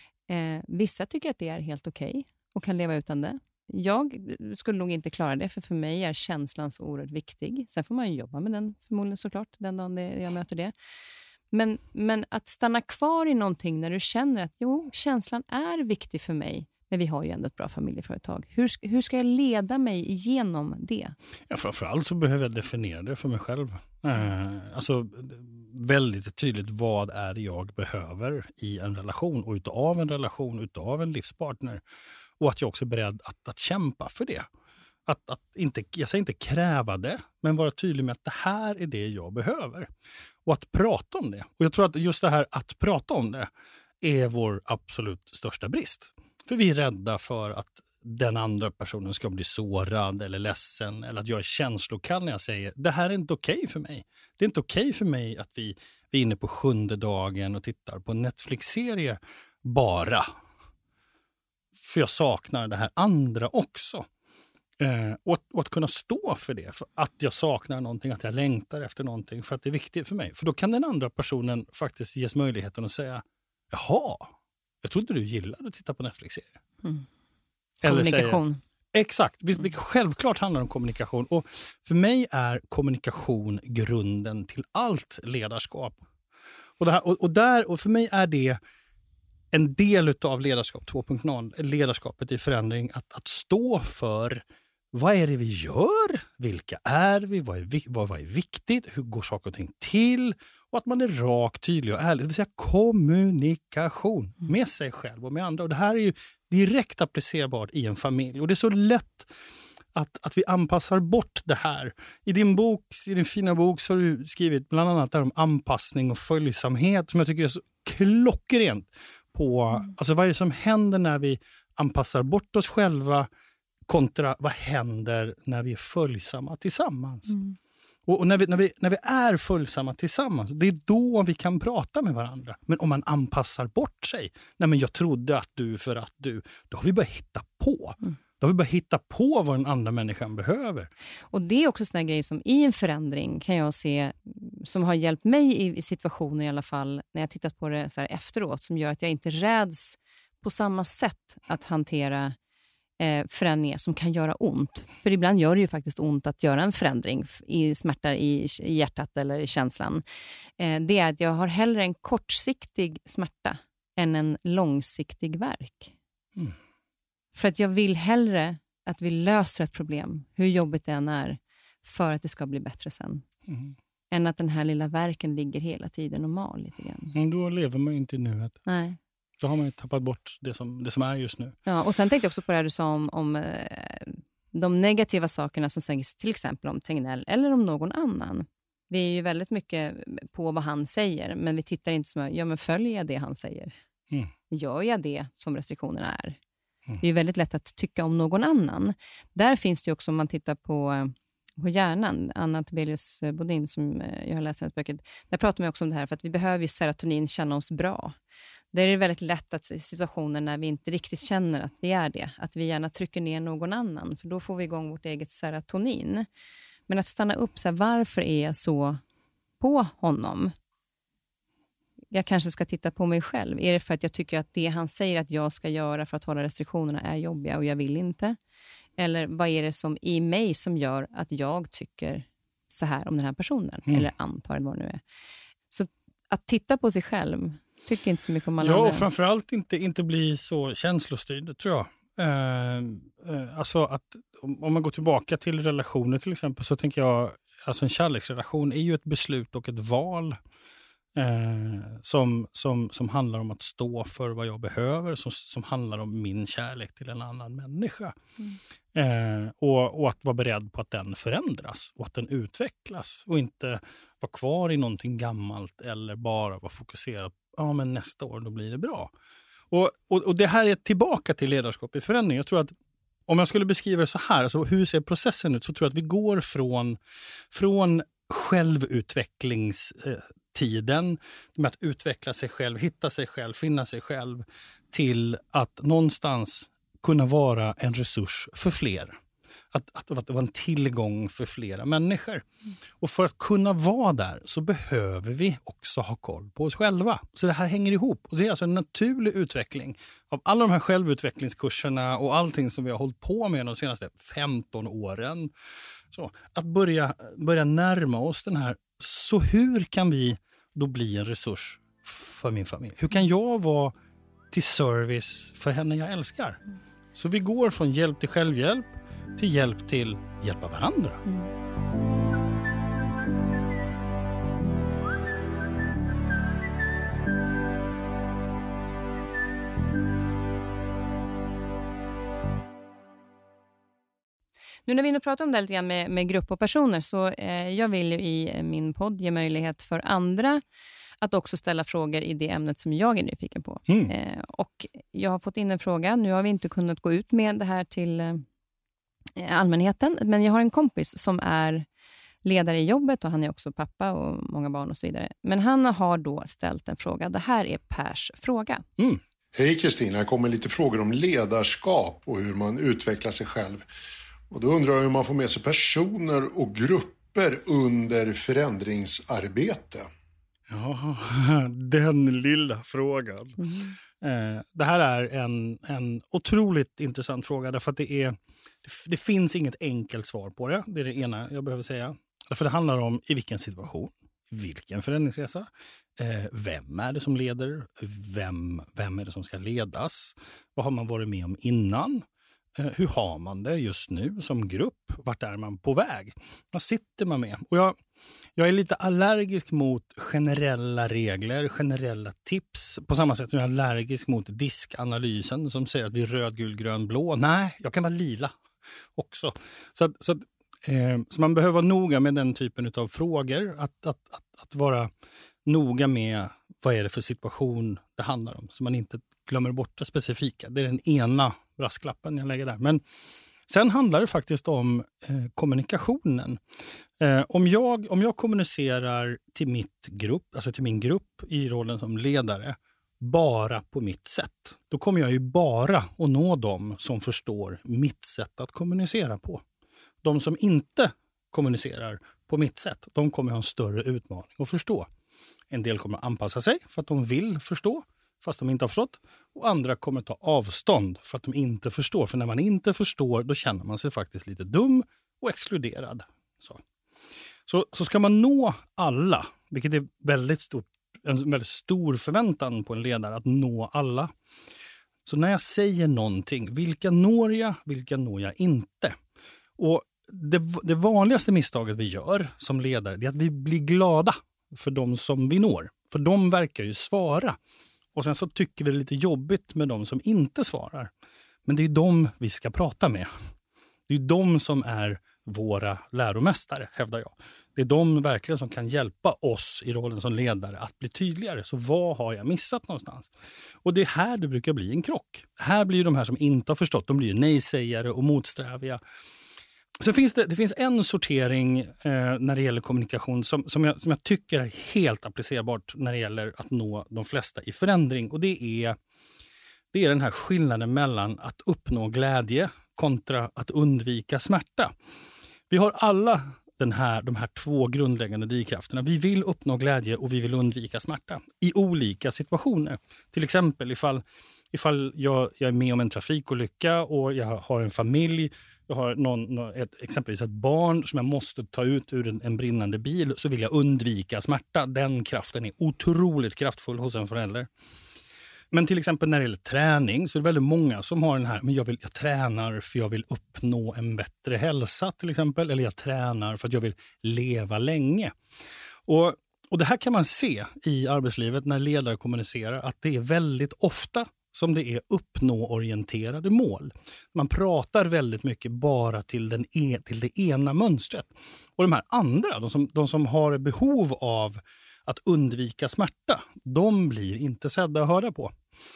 Eh, vissa tycker att det är helt okej okay och kan leva utan det. Jag skulle nog inte klara det, för för mig är känslan så oerhört viktig. Sen får man ju jobba med den förmodligen såklart, den dagen det, jag möter det. Men, men att stanna kvar i någonting när du känner att jo, känslan är viktig för mig. Men vi har ju ändå ett bra familjeföretag. Hur, hur ska jag leda mig igenom det? Ja, framförallt så behöver jag definiera det för mig själv. Eh, alltså väldigt tydligt, vad är det jag behöver i en relation och utav en relation, utav en livspartner. Och att jag också är beredd att, att kämpa för det. Att, att inte, jag säger inte kräva det, men vara tydlig med att det här är det jag behöver. Och att prata om det. Och jag tror att just det här att prata om det är vår absolut största brist. För vi är rädda för att den andra personen ska bli sårad eller ledsen. Eller att jag är känslokall när jag säger det här är inte okej för mig. Det är inte okej för mig att vi, vi är inne på sjunde dagen och tittar på en Netflix-serie bara. För jag saknar det här andra också. Eh, och, att, och att kunna stå för det. För att jag saknar någonting, att jag längtar efter någonting. För att det är viktigt för mig. För då kan den andra personen faktiskt ges möjligheten att säga jaha, jag trodde du gillade att titta på Netflix-serier. Mm. Kommunikation. Säga, exakt. Mm. Självklart handlar det om kommunikation. Och för mig är kommunikation grunden till allt ledarskap. Och, det här, och, och, där, och för mig är det en del av ledarskap två punkt noll, ledarskapet i förändring, att, att stå för vad är det vi gör, vilka är vi, vad är, vad, vad är viktigt, hur går saker och ting till, och att man är rak, tydlig och ärlig, det vill säga kommunikation med sig själv och med andra. Och det här är ju direkt applicerbart i en familj, och det är så lätt att, att vi anpassar bort det här. I din bok, i din fina bok, så har du skrivit bland annat där om anpassning och följsamhet, som jag tycker är så klockrent på, mm. alltså vad är det som händer när vi anpassar bort oss själva kontra vad händer när vi är följsamma tillsammans. Mm. Och, och när, vi, när, vi, när vi är följsamma tillsammans, det är då vi kan prata med varandra. Men om man anpassar bort sig, nej men jag trodde att du för att du, då har vi börjat hitta på. Mm. Då har vi börjat hitta på vad den andra människan behöver. Och det är också såna grejer som i en förändring kan jag se, som har hjälpt mig i, i situationer i alla fall, när jag tittat på det så här efteråt, som gör att jag inte räds på samma sätt att hantera eh, förändringar som kan göra ont. För ibland gör det ju faktiskt ont att göra en förändring i smärta i, i hjärtat eller i känslan. Eh, det är att jag har hellre en kortsiktig smärta än en långsiktig värk. Mm. För att jag vill hellre att vi löser ett problem, hur jobbigt det än är, för att det ska bli bättre sen. Mm. Än att den här lilla verken ligger hela tiden och mal lite grann. Men då lever man ju inte i nuet. Nej. Då har man ju tappat bort det som, det som är just nu. Ja, och sen tänkte jag också på det här du sa om, om eh, de negativa sakerna som sägs till exempel om Tegnell eller om någon annan. Vi är ju väldigt mycket på vad han säger, men vi tittar inte som, ja men följer jag det han säger? Mm. Gör jag det som restriktionerna är? Mm. Det är ju väldigt lätt att tycka om någon annan. Där finns det ju också, om man tittar på, på hjärnan, Anna Tibelius Bodin som jag har läst hennes böcker, där pratar man också om det här för att vi behöver ju serotonin känna oss bra. Där är det väldigt lätt att i situationer när vi inte riktigt känner att vi är det, att vi gärna trycker ner någon annan, för då får vi igång vårt eget serotonin. Men att stanna upp, så här, varför är jag så på honom? Jag kanske ska titta på mig själv. Är det för att jag tycker att det han säger att jag ska göra för att hålla restriktionerna är jobbiga och jag vill inte? Eller vad är det som i mig som gör att jag tycker så här om den här personen? Mm. Eller antar vad det nu är. Så att titta på sig själv tycker inte så mycket om alla ja, andra. Och framförallt inte, inte bli så känslostyrd, tror jag. Eh, eh, alltså att om, om man går tillbaka till relationer till exempel, så tänker jag, alltså en kärleksrelation är ju ett beslut och ett val eh, som, som, som handlar om att stå för vad jag behöver, som, som handlar om min kärlek till en annan människa. Mm. Eh, och, och att vara beredd på att den förändras och att den utvecklas och inte vara kvar i någonting gammalt eller bara vara fokuserad ja men nästa år då blir det bra. Och, och, och det här är tillbaka till ledarskap i förändring. Jag tror att om jag skulle beskriva det så här, alltså hur ser processen ut, så tror jag att vi går från, från självutvecklingstiden, med att utveckla sig själv, hitta sig själv, finna sig själv, till att någonstans kunna vara en resurs för fler. Att, att, att vara en tillgång för flera människor. Mm. Och för att kunna vara där så behöver vi också ha koll på oss själva. Så det här hänger ihop. Och det är alltså en naturlig utveckling av alla de här självutvecklingskurserna och allting som vi har hållit på med de senaste femton åren. Så att börja, börja närma oss den här. Så hur kan vi då bli en resurs för min familj? Hur kan jag vara till service för henne jag älskar? Mm. Så vi går från hjälp till självhjälp till hjälp till hjälpa varandra. Mm. Nu när vi nu pratar om det här lite grann med, med grupp och personer, så eh, jag vill ju i min podd ge möjlighet för andra att också ställa frågor i det ämnet som jag är nyfiken på. Mm. Eh, och jag har fått in en fråga. Nu har vi inte kunnat gå ut med det här till eh, allmänheten, men jag har en kompis som är ledare i jobbet och han är också pappa och många barn och så vidare. Men han har då ställt en fråga. Det här är Pers fråga. Mm. Hej Kristina, det kommer lite frågor om ledarskap och hur man utvecklar sig själv. Och då undrar jag hur man får med sig personer och grupper under förändringsarbete. Ja, den lilla frågan. Mm. Eh, det här är en, en otroligt intressant fråga, därför att det, är, det, det finns inget enkelt svar på det. Det är det ena jag behöver säga. Därför det handlar om i vilken situation, vilken förändringsresa, eh, vem är det som leder, vem, vem är det som ska ledas, vad har man varit med om innan, eh, hur har man det just nu som grupp, vart är man på väg, vad sitter man med? Och jag Jag är lite allergisk mot generella regler, generella tips. På samma sätt som jag är allergisk mot diskanalysen som säger att vi är röd, gul, grön, blå. Nej, jag kan vara lila också. Så, att, så, att, eh, så man behöver vara noga med den typen av frågor. Att, att, att, att vara noga med vad är det för situation det handlar om. Så man inte glömmer bort det specifika. Det är den ena brasklappen jag lägger där. Men sen handlar det faktiskt om eh, kommunikationen. Eh, om, jag, om jag kommunicerar till mitt grupp, alltså till min grupp i rollen som ledare, bara på mitt sätt, då kommer jag ju bara att nå dem som förstår mitt sätt att kommunicera på. De som inte kommunicerar på mitt sätt, de kommer ha en större utmaning att förstå. En del kommer anpassa sig för att de vill förstå, fast de inte har förstått. Och andra kommer ta avstånd för att de inte förstår. För när man inte förstår, då känner man sig faktiskt lite dum och exkluderad. Så, så, så ska man nå alla, vilket är väldigt stort, en väldigt stor förväntan på en ledare att nå alla. Så när jag säger någonting, vilka når jag, vilka når jag inte? Och det, det vanligaste misstaget vi gör som ledare är att vi blir glada för de som vi når. För de verkar ju svara. Och sen så tycker vi det är lite jobbigt med de som inte svarar. Men det är de vi ska prata med. Det är de som är våra läromästare, hävdar jag. Det är de verkligen som kan hjälpa oss i rollen som ledare att bli tydligare. Så vad har jag missat någonstans? Och det är här det brukar bli en krock. Här blir de här som inte har förstått, de blir nej-sägare och motsträviga. Sen finns det, det finns en sortering eh, när det gäller kommunikation som, som, jag, som jag tycker är helt applicerbart när det gäller att nå de flesta i förändring. Och det är, det är den här skillnaden mellan att uppnå glädje kontra att undvika smärta. Vi har alla den här, de här två grundläggande drivkrafterna. Vi vill uppnå glädje och vi vill undvika smärta i olika situationer. Till exempel ifall, ifall jag, jag är med om en trafikolycka och jag har en familj, jag har någon, ett, exempelvis ett barn som jag måste ta ut ur en, en brinnande bil, så vill jag undvika smärta. Den kraften är otroligt kraftfull hos en förälder. Men till exempel när det gäller träning så är det väldigt många som har den här, men jag, vill, jag tränar för jag vill uppnå en bättre hälsa till exempel, eller jag tränar för att jag vill leva länge. Och, och det här kan man se i arbetslivet när ledare kommunicerar, att det är väldigt ofta som det är uppnåorienterade mål. Man pratar väldigt mycket bara till, den e, till det ena mönstret. Och de här andra, de som, de som har behov av att undvika smärta, de blir inte sedda och hörda på.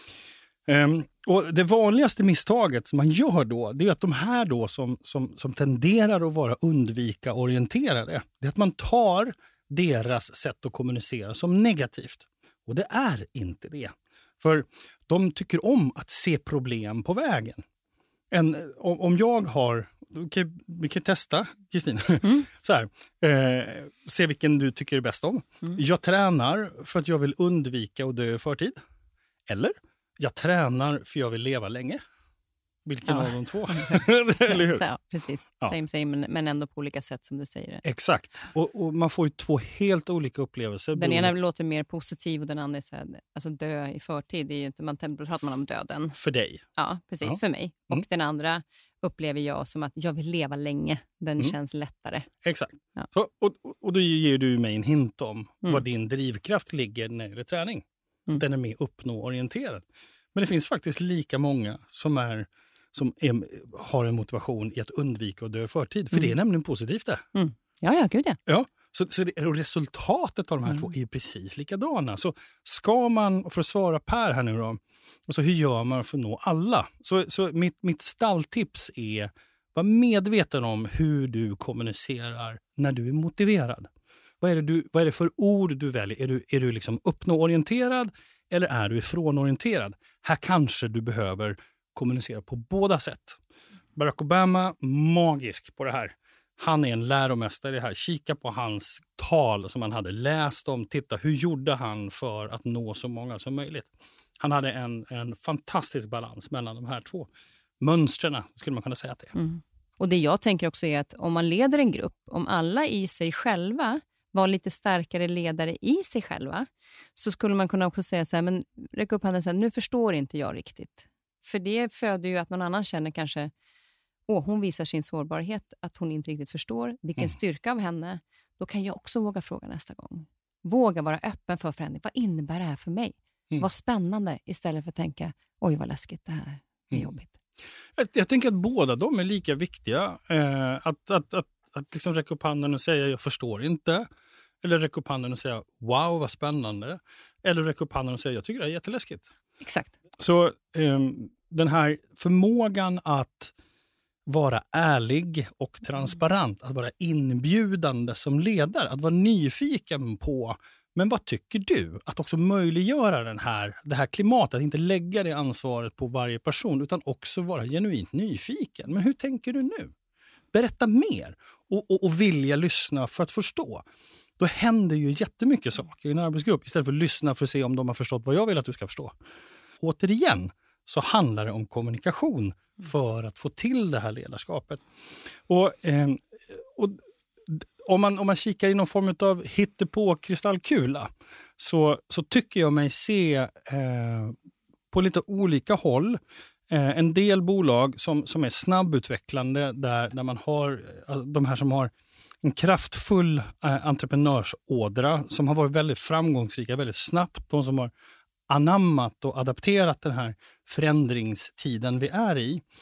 Um, och det vanligaste misstaget som man gör då, det är att de här då som, som, som tenderar att vara undvika-orienterade, det är att man tar deras sätt att kommunicera som negativt. Och det är inte det. För de tycker om att se problem på vägen. En, om, om jag har... Okay, vi kan testa, Kristina. Mm. Så här, eh, se vilken du tycker är bäst om. Mm. Jag tränar för att jag vill undvika att dö i förtid. Eller jag tränar för jag vill leva länge. Vilken ja. av de två? Eller hur? Så, precis, ja. same same, men ändå på olika sätt som du säger det. Exakt, och, och man får ju två helt olika upplevelser. Den ena låter mer positiv och den andra är så här, alltså dö i förtid, det är ju inte, man pratar man om döden. För dig? Ja, precis, ja. för mig. Och mm. den andra upplever jag som att jag vill leva länge. Den mm. känns lättare. Exakt. Ja. Så, och, och då ger du mig en hint om mm. vad din drivkraft ligger när det gäller träning. Mm. Den är mer uppnåorienterad. Men det finns faktiskt lika många som, är, som är, har en motivation i att undvika att dö i förtid. För mm. det är nämligen positivt det. Mm. Ja, ja, gud ja. Ja. Så, så det, och resultatet av de här mm. två är precis likadana. Så ska man, för att svara Per här nu då, alltså hur gör man för att nå alla? Så, så mitt, mitt stalltips är, var medveten om hur du kommunicerar när du är motiverad. Vad är det, du, vad är det för ord du väljer? Är du, är du liksom uppnåorienterad eller är du ifrånorienterad? Här kanske du behöver kommunicera på båda sätt. Barack Obama, magisk på det här. Han är en läromästare i det här. Kika på hans tal som han hade. Läst om, titta hur gjorde han för att nå så många som möjligt. Han hade en, en fantastisk balans mellan de här två mönstren, skulle man kunna säga att det är. Mm. Och det jag tänker också är att om man leder en grupp, om alla i sig själva var lite starkare ledare i sig själva, så skulle man kunna också säga så här, men räcka upp handen och säga, nu förstår inte jag riktigt. För det föder ju att någon annan känner kanske, åh, hon visar sin sårbarhet, att hon inte riktigt förstår vilken mm. styrka av henne. Då kan jag också våga fråga nästa gång. Våga vara öppen för förändring. Vad innebär det här för mig? Mm. Vad spännande, istället för att tänka, oj vad läskigt det här är, mm. jobbigt. Jag, jag tänker att båda de är lika viktiga. Eh, att att, att, att liksom räcka upp handen och säga, jag förstår inte. Eller räcka upp handen och säga, wow vad spännande. Eller räcka upp handen och säga, jag tycker det är jätteläskigt. Exakt. Så eh, den här förmågan att vara ärlig och transparent, att vara inbjudande som ledare, att vara nyfiken på, men vad tycker du? Att också möjliggöra den här, det här klimatet, att inte lägga det ansvaret på varje person, utan också vara genuint nyfiken. Men hur tänker du nu? Berätta mer och, och, och vilja lyssna för att förstå. Då händer ju jättemycket saker i en arbetsgrupp istället för att lyssna för att se om de har förstått vad jag vill att du ska förstå. Återigen så handlar det om kommunikation för att få till det här ledarskapet. Och, eh, och om, man, om man kikar i någon form av hittepå kristallkula så, så tycker jag mig se eh, på lite olika håll eh, en del bolag som, som är snabbutvecklande där, där man har de här som har en kraftfull eh, entreprenörsådra som har varit väldigt framgångsrika väldigt snabbt. De som har anammat och adapterat den här förändringstiden vi är i.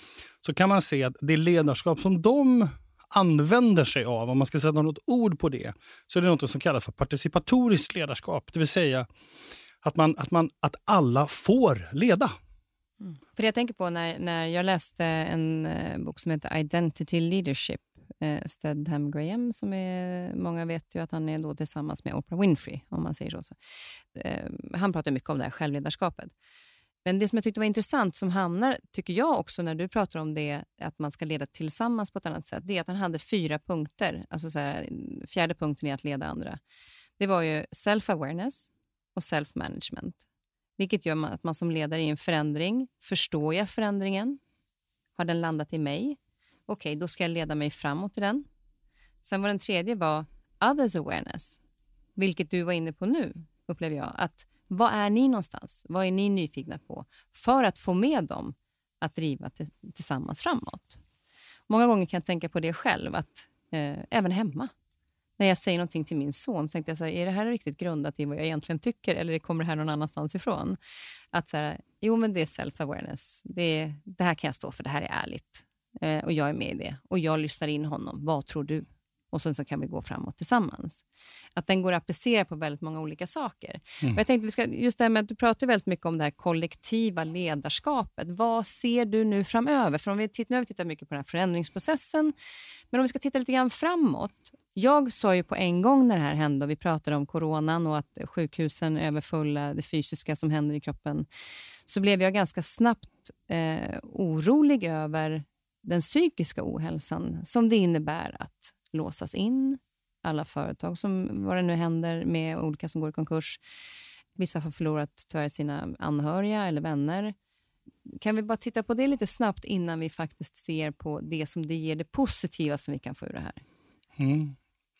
så kan man se att det ledarskap som de använder sig av, om man ska sätta något ord på det, så är det något som kallas för participatoriskt ledarskap. Det vill säga att, man, att, man, att alla får leda. Mm. För jag tänker på när, när jag läste en eh, bok som heter Identity Leadership, eh, Stedham Graham, som är, många vet ju att han är då tillsammans med Oprah Winfrey, om man säger så. så. Eh, han pratar mycket om det här självledarskapet. Men det som jag tyckte var intressant, som hamnar, tycker jag också, när du pratar om det, att man ska leda tillsammans på ett annat sätt, det är att han hade fyra punkter. Alltså så här, fjärde punkten är att leda andra. Det var ju self-awareness och self-management. Vilket gör att man som ledare i en förändring, förstår jag förändringen? Har den landat i mig? Okej, då ska jag leda mig framåt i den. Sen var den tredje var others awareness. Vilket du var inne på nu, upplever jag. Att vad är ni någonstans? Vad är ni nyfikna på? För att få med dem att driva t- tillsammans framåt. Många gånger kan jag tänka på det själv, att eh, även hemma. När jag säger någonting till min son så tänkte jag så här, är det här riktigt grundat i vad jag egentligen tycker, eller kommer det här någon annanstans ifrån? Att så här, jo men det är self-awareness. Det, det här kan jag stå för, det här är ärligt. Eh, och jag är med i det. Och jag lyssnar in honom. Vad tror du? Och sen så kan vi gå framåt tillsammans. Att den går att applicera på väldigt många olika saker. Mm. Och jag tänkte, vi ska, just det här med att du pratar väldigt mycket om det här kollektiva ledarskapet. Vad ser du nu framöver? För om vi tittar, nu har vi tittat mycket på den här förändringsprocessen. Men om vi ska titta lite grann framåt. Jag sa ju på en gång när det här hände, och vi pratade om coronan och att sjukhusen är överfulla, det fysiska som händer i kroppen. Så blev jag ganska snabbt eh, orolig över den psykiska ohälsan som det innebär att låsas in. Alla företag som vad det nu händer med olika som går i konkurs. Vissa har förlorat tyvärr sina anhöriga eller vänner. Kan vi bara titta på det lite snabbt innan vi faktiskt ser på det som det ger det positiva som vi kan få ur det här? Mm.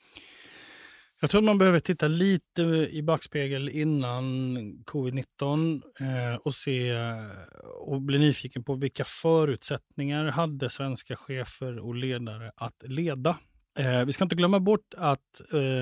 Jag tror att man behöver titta lite i backspegel innan covid nitton eh, och se och bli nyfiken på vilka förutsättningar hade svenska chefer och ledare att leda. Eh, vi ska inte glömma bort att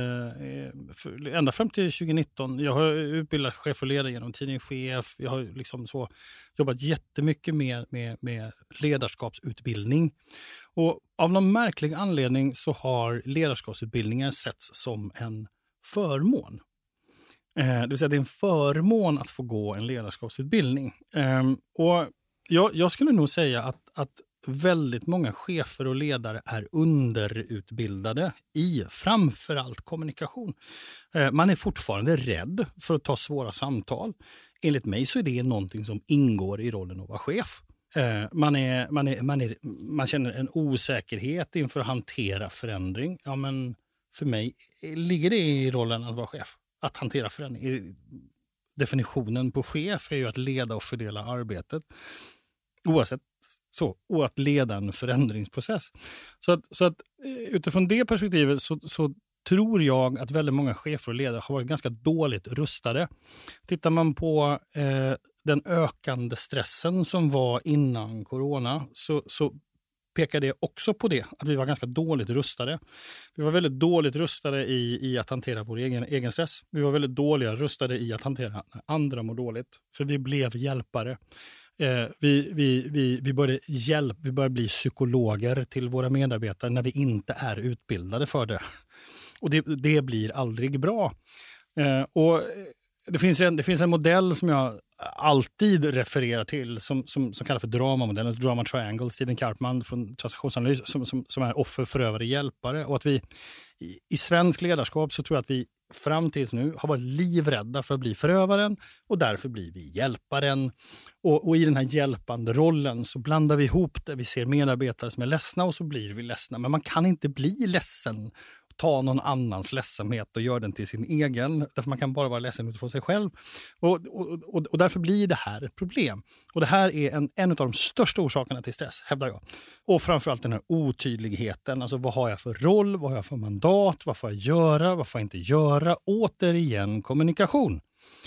eh, för, ända fram till tjugo nitton, jag har utbildat chef och ledare genom tidningen Chef, jag har liksom så jobbat jättemycket med, med, med ledarskapsutbildning. Och av någon märklig anledning så har ledarskapsutbildningar setts som en förmån. Eh, det vill säga det är en förmån att få gå en ledarskapsutbildning. Eh, och jag, jag skulle nog säga att, att väldigt många chefer och ledare är underutbildade i framförallt kommunikation. Eh, man är fortfarande rädd för att ta svåra samtal. Enligt mig så är det någonting som ingår i rollen att vara chef. Eh, man, är, man, är, man, är, man känner en osäkerhet inför att hantera förändring. Ja, men för mig ligger det i rollen att vara chef. Att hantera förändring. Definitionen på chef är ju att leda och fördela arbetet. Oavsett så, och att leda en förändringsprocess. Så att, så att utifrån det perspektivet så, så tror jag att väldigt många chefer och ledare har varit ganska dåligt rustade. Tittar man på eh, den ökande stressen som var innan corona så, så pekar det också på det, att vi var ganska dåligt rustade. Vi var väldigt dåligt rustade i, i att hantera vår egen, egen stress. Vi var väldigt dåliga rustade i att hantera när andra mår dåligt. För vi blev hjälpare. Eh, vi, vi, vi, vi, började hjälp, vi började bli psykologer till våra medarbetare när vi inte är utbildade för det. Och det, det blir aldrig bra. Eh, och det finns, en, det finns en modell som jag alltid refererar till som, som, som kallas för dramamodellen, Drama Triangle, Steven Karpman från transaktionsanalys som, som, som är offer, förövare, hjälpare. Och att vi i, i svensk ledarskap så tror jag att vi fram tills nu har varit livrädda för att bli förövaren och därför blir vi hjälparen. Och, och i den här hjälpande rollen så blandar vi ihop det. Vi ser medarbetare som är ledsna och så blir vi ledsna. Men man kan inte bli ledsen, ta någon annans ledsamhet och göra den till sin egen. Därför man kan bara vara ledsen utifrån sig själv. Och, och, och, och därför blir det här ett problem. Och det här är en, en av de största orsakerna till stress, hävdar jag. Och framförallt den här otydligheten. Alltså vad har jag för roll? Vad har jag för mandat? Vad får jag göra? Vad får jag inte göra? Återigen kommunikation.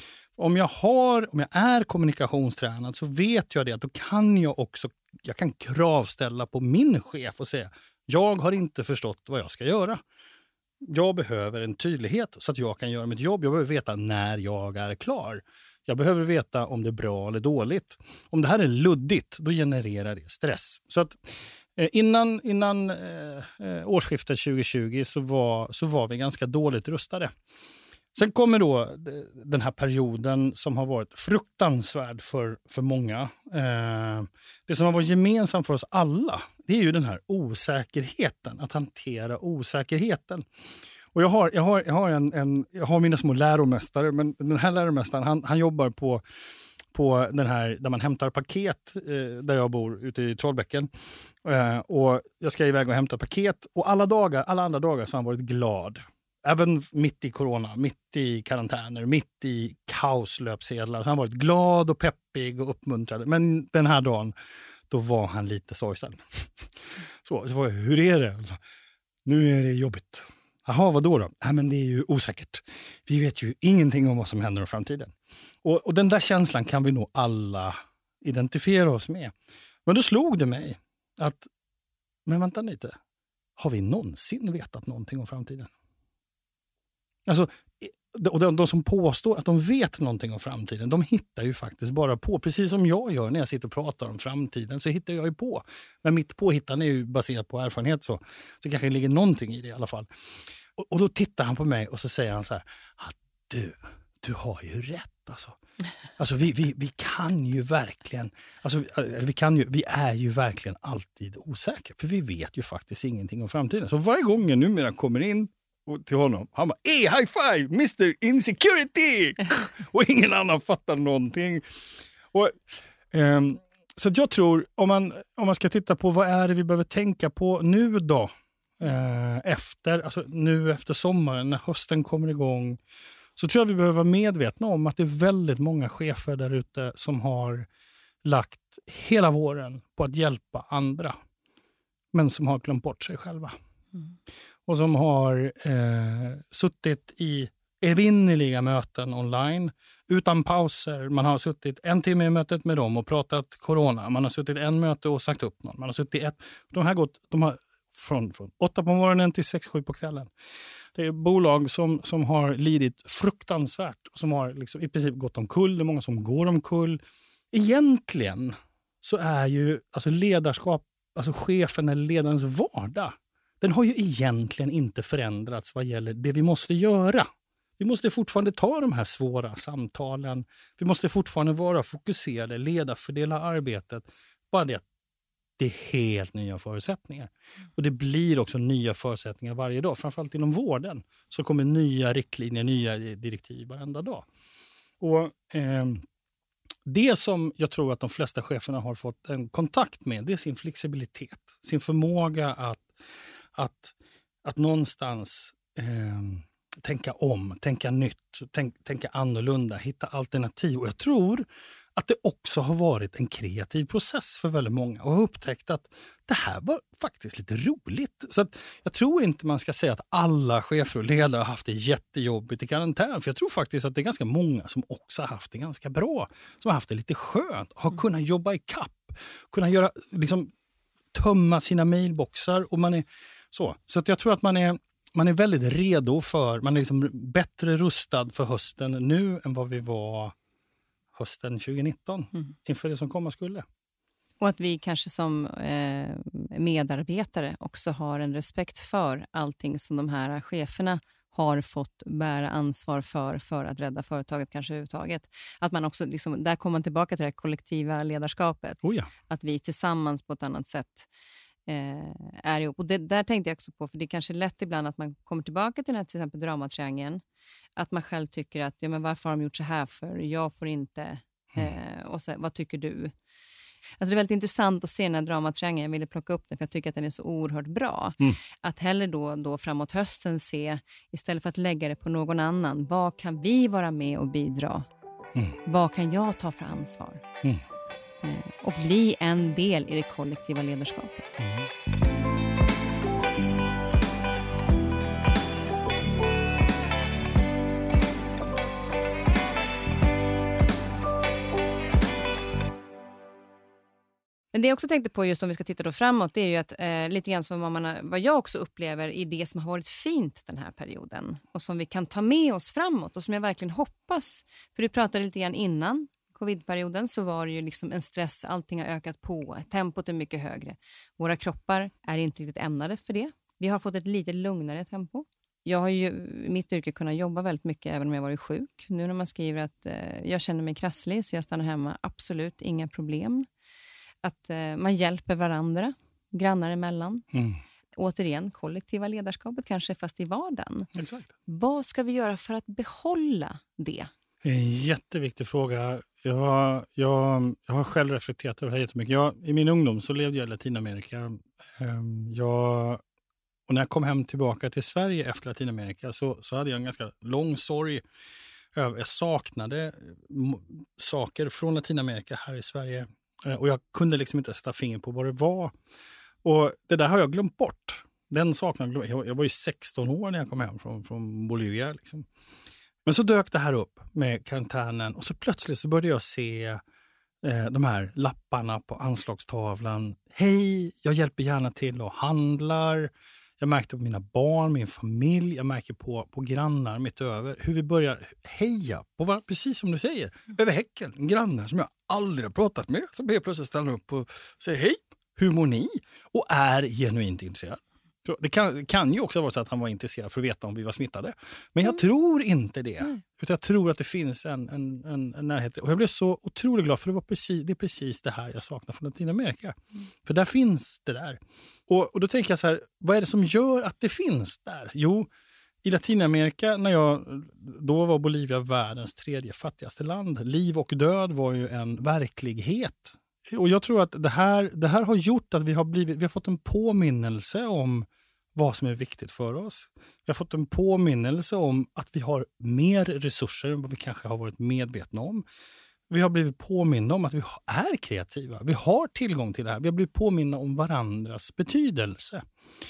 Om jag, har, om jag är kommunikationstränad så vet jag det att då kan jag också jag kan kravställa på min chef och säga jag har inte förstått vad jag ska göra. Jag behöver en tydlighet så att jag kan göra mitt jobb. Jag behöver veta när jag är klar. Jag behöver veta om det är bra eller dåligt. Om det här är luddigt, då genererar det stress. Så att eh, innan, innan eh, årsskiftet tjugo tjugo så var, så var vi ganska dåligt rustade. Sen kommer då den här perioden som har varit fruktansvärd för, för många. Eh, det som har varit gemensamt för oss alla, det är ju den här osäkerheten, att hantera osäkerheten. Och jag har, jag har, jag har, en, en, jag har mina små läromästare, men den här läromästaren han, han jobbar på, på den här där man hämtar paket eh, där jag bor ute i Trollbäcken. Eh, och jag ska iväg och hämta paket och alla dagar, alla andra dagar så har han varit glad. Även mitt i corona, mitt i karantäner, mitt i kaoslöpsedlar. Så han har varit glad och peppig och uppmuntrad. Men den här dagen, då var han lite sorgsen. Så, så var jag, hur är det? Så, nu är det jobbigt. Jaha, vad då då? Ja, men det är ju osäkert. Vi vet ju ingenting om vad som händer i framtiden. Och, och den där känslan kan vi nog alla identifiera oss med. Men då slog det mig att, men vänta lite. Har vi någonsin vetat någonting om framtiden? Alltså, och de, de som påstår att de vet någonting om framtiden, de hittar ju faktiskt bara på. Precis som jag gör när jag sitter och pratar om framtiden, så hittar jag ju på. Men mitt påhittande är ju baserat på erfarenhet, så, så kanske det ligger någonting i det i alla fall. Och, och då tittar han på mig och så säger han så här, ah, du, du har ju rätt alltså. Alltså vi, vi, vi kan ju verkligen, alltså vi, kan ju, vi är ju verkligen alltid osäkra. För vi vet ju faktiskt ingenting om framtiden. Så varje gång jag numera kommer in och till honom, han bara, hey, high five, mister Insecurity! Och ingen annan fattar någonting. Och, um, så jag tror, om man, om man ska titta på vad är det vi behöver tänka på nu då, uh, efter, alltså nu efter sommaren, när hösten kommer igång, så tror jag vi behöver vara medvetna om att det är väldigt många chefer där ute som har lagt hela våren på att hjälpa andra, men som har glömt bort sig själva. Mm. Och som har eh, suttit i evinnerliga möten online utan pauser. Man har suttit en timme i mötet med dem och pratat corona. Man har suttit en möte och sagt upp någon. Man har suttit ett. De har gått de har från, från åtta på morgonen till sex, sju på kvällen. Det är bolag som, som har lidit fruktansvärt. Som har liksom i princip gått omkull. Det är många som går omkull. Egentligen så är ju alltså ledarskap, alltså chefen eller ledarens vardag, den har ju egentligen inte förändrats vad gäller det vi måste göra. Vi måste fortfarande ta de här svåra samtalen. Vi måste fortfarande vara fokuserade, leda, fördela arbetet. Bara det att det är helt nya förutsättningar. Och det blir också nya förutsättningar varje dag. Framförallt inom vården så kommer nya riktlinjer, nya direktiv varenda dag. Och eh, det som jag tror att de flesta cheferna har fått en kontakt med, det är sin flexibilitet. Sin förmåga att Att, att någonstans eh, tänka om, tänka nytt, tänk, tänka annorlunda, hitta alternativ. Och jag tror att det också har varit en kreativ process för väldigt många. Och har upptäckt att det här var faktiskt lite roligt. Så att jag tror inte man ska säga att alla chefer och ledare har haft det jättejobbigt i karantän. För jag tror faktiskt att det är ganska många som också har haft det ganska bra. Som har haft det lite skönt. Har mm. kunnat jobba i kapp. Kunnat göra, liksom, tömma sina mailboxar. Och man är så. Så att jag tror att man är, man är väldigt redo för, man är liksom bättre rustad för hösten nu än vad vi var hösten tjugonitton mm. inför det som komma skulle. Och att vi kanske som eh, medarbetare också har en respekt för allting som de här cheferna har fått bära ansvar för för att rädda företaget kanske överhuvudtaget. Att man också, liksom, där kommer man tillbaka till det kollektiva ledarskapet. Oh ja. Att vi tillsammans på ett annat sätt eh, är ihop. Och det där tänkte jag också på, för det är kanske lätt ibland att man kommer tillbaka till den här till exempel dramatriangeln. Att man själv tycker att, ja men varför har de gjort så här för? Jag får inte. Eh, och så, vad tycker du? Alltså det är väldigt intressant att se den här dramatriangeln. Jag ville plocka upp den för jag tycker att den är så oerhört bra. Mm. Att hellre då, då framåt hösten se, istället för att lägga det på någon annan, vad kan vi vara med och bidra? Mm. Vad kan jag ta för ansvar? Mm. Eh, och bli en del i det kollektiva ledarskapet. Mm. Men det jag också tänkte på just om vi ska titta då framåt, det är ju att eh, lite grann som vad, man, vad jag också upplever i det som har varit fint den här perioden och som vi kan ta med oss framåt och som jag verkligen hoppas, för du pratade lite grann innan covidperioden så var det ju liksom en stress, allting har ökat på, tempot är mycket högre. Våra kroppar är inte riktigt ämnade för det. Vi har fått ett lite lugnare tempo. Jag har ju i mitt yrke kunnat jobba väldigt mycket även om jag varit sjuk. Nu när man skriver att eh, jag känner mig krasslig så jag stannar hemma, absolut inga problem. Att eh, man hjälper varandra, grannar emellan. Mm. Återigen, kollektiva ledarskapet kanske fast i vardagen. Exakt. Vad ska vi göra för att behålla det? En jätteviktig fråga. Jag, jag, jag har själv reflekterat över det här jättemycket. Jag, I min ungdom så levde jag i Latinamerika. Jag, och när jag kom hem tillbaka till Sverige efter Latinamerika så, så hade jag en ganska lång sorg. Jag saknade saker från Latinamerika här i Sverige. Och jag kunde liksom inte sätta finger på vad det var. Och det där har jag glömt bort. Den saknaden, jag, jag var ju sexton år när jag kom hem från, från Bolivia. Liksom. Men så dök det här upp med karantänen. Och så plötsligt så började jag se eh, de här lapparna på anslagstavlan. Hej, jag hjälper gärna till och handlar. Jag märkte på mina barn, min familj. Jag märker på, på grannar mitt över. Hur vi börjar heja på varandra, precis som du säger. Över häcken, grannar som jag aldrig har pratat med. Som helt plötsligt ställer upp och säger hej, hur mår ni? Och är genuint intresserad. Det kan, kan ju också vara så att han var intresserad för att veta om vi var smittade. Men jag mm. tror inte det. Mm. Utan jag tror att det finns en, en, en, en närhet. Och jag blev så otroligt glad för det, var precis, det är precis det här jag saknar från Latinamerika. Mm. För där finns det där. Och, och då tänker jag så här, vad är det som gör att det finns där? Jo, i Latinamerika, när jag, då var Bolivia världens tredje fattigaste land. Liv och död var ju en verklighet. Och jag tror att det här, det här har gjort att vi har, blivit, vi har fått en påminnelse om vad som är viktigt för oss. Vi har fått en påminnelse om att vi har mer resurser än vad vi kanske har varit medvetna om. Vi har blivit påminna om att vi är kreativa. Vi har tillgång till det här. Vi har blivit påminna om varandras betydelse.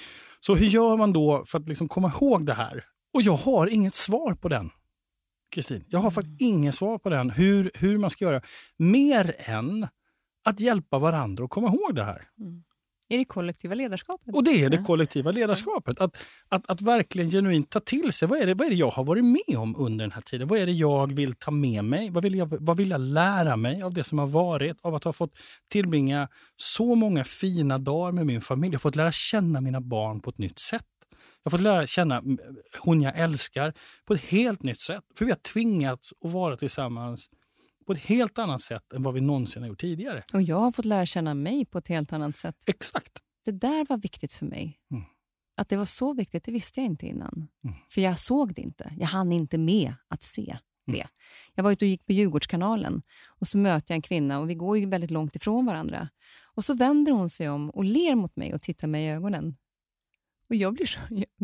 Så hur gör man då för att liksom komma ihåg det här? Och jag har inget svar på den, Kristin. Jag har faktiskt inget svar på den. Hur, hur man ska göra. Mer än att hjälpa varandra och komma ihåg det här. Mm. Är det kollektiva ledarskapet? Och det är det kollektiva ledarskapet. Att, att, att verkligen genuint ta till sig. Vad är, det, vad är det jag har varit med om under den här tiden? Vad är det jag vill ta med mig? Vad vill jag, vad vill jag lära mig av det som har varit? Av att ha fått tillbringa så många fina dagar med min familj. Jag har fått lära känna mina barn på ett nytt sätt. Jag har fått lära känna hon jag älskar på ett helt nytt sätt. För vi har tvingats att vara tillsammans på ett helt annat sätt än vad vi någonsin har gjort tidigare. Och jag har fått lära känna mig på ett helt annat sätt. Exakt. Det där var viktigt för mig. Mm. Att det var så viktigt, det visste jag inte innan. Mm. För jag såg det inte. Jag hann inte med att se det. Mm. Jag var ute och gick på Djurgårdskanalen. Och så möter jag en kvinna och vi går ju väldigt långt ifrån varandra. Och så vänder hon sig om och ler mot mig och tittar mig i ögonen. Och jag blir så,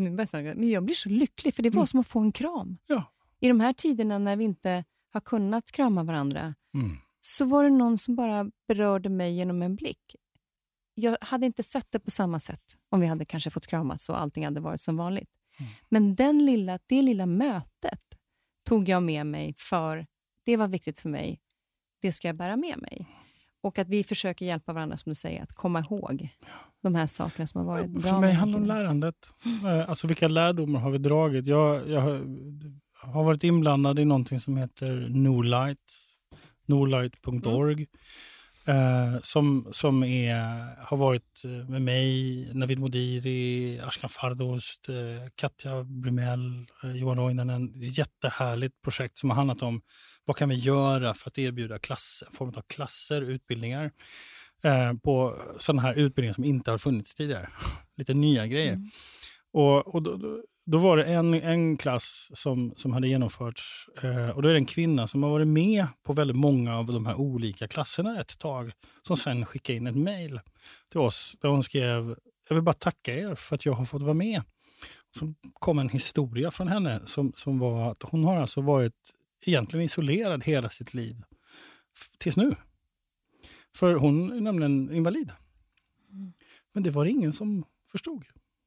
men jag blir så lycklig för det var mm. som att få en kram. Ja. I de här tiderna när vi inte har kunnat krama varandra mm. så var det någon som bara berörde mig genom en blick. Jag hade inte sett det på samma sätt om vi hade kanske fått kramas och allting hade varit som vanligt. Mm. Men den lilla, det lilla mötet tog jag med mig för det var viktigt för mig. Det ska jag bära med mig. Och att vi försöker hjälpa varandra, som du säger, att komma ihåg de här sakerna som har varit bra. För mig handlar det om lärandet. Alltså vilka lärdomar har vi dragit? Jag, jag har, har varit inblandad i någonting som heter Norlight. Norlight punkt org. Mm. Eh, som som är, har varit med mig, Navid Modiri, Ashkan Fardost, eh, Katja Brumell, eh, Johan Roinanen. Ett jättehärligt projekt som har handlat om vad kan vi göra för att erbjuda klass, form av klasser, utbildningar eh, på sådana här utbildningar som inte har funnits tidigare. Lite nya grejer. Mm. Och, och då, då, då var det en, en klass som, som hade genomförts eh, och då är det en kvinna som har varit med på väldigt många av de här olika klasserna ett tag, som sen skickade in ett mejl till oss där hon skrev: jag vill bara tacka er för att jag har fått vara med. Så kom en historia från henne som, som var att hon har alltså varit egentligen isolerad hela sitt liv f- tills nu. För hon är nämligen invalid. Mm. Men det var ingen som förstod.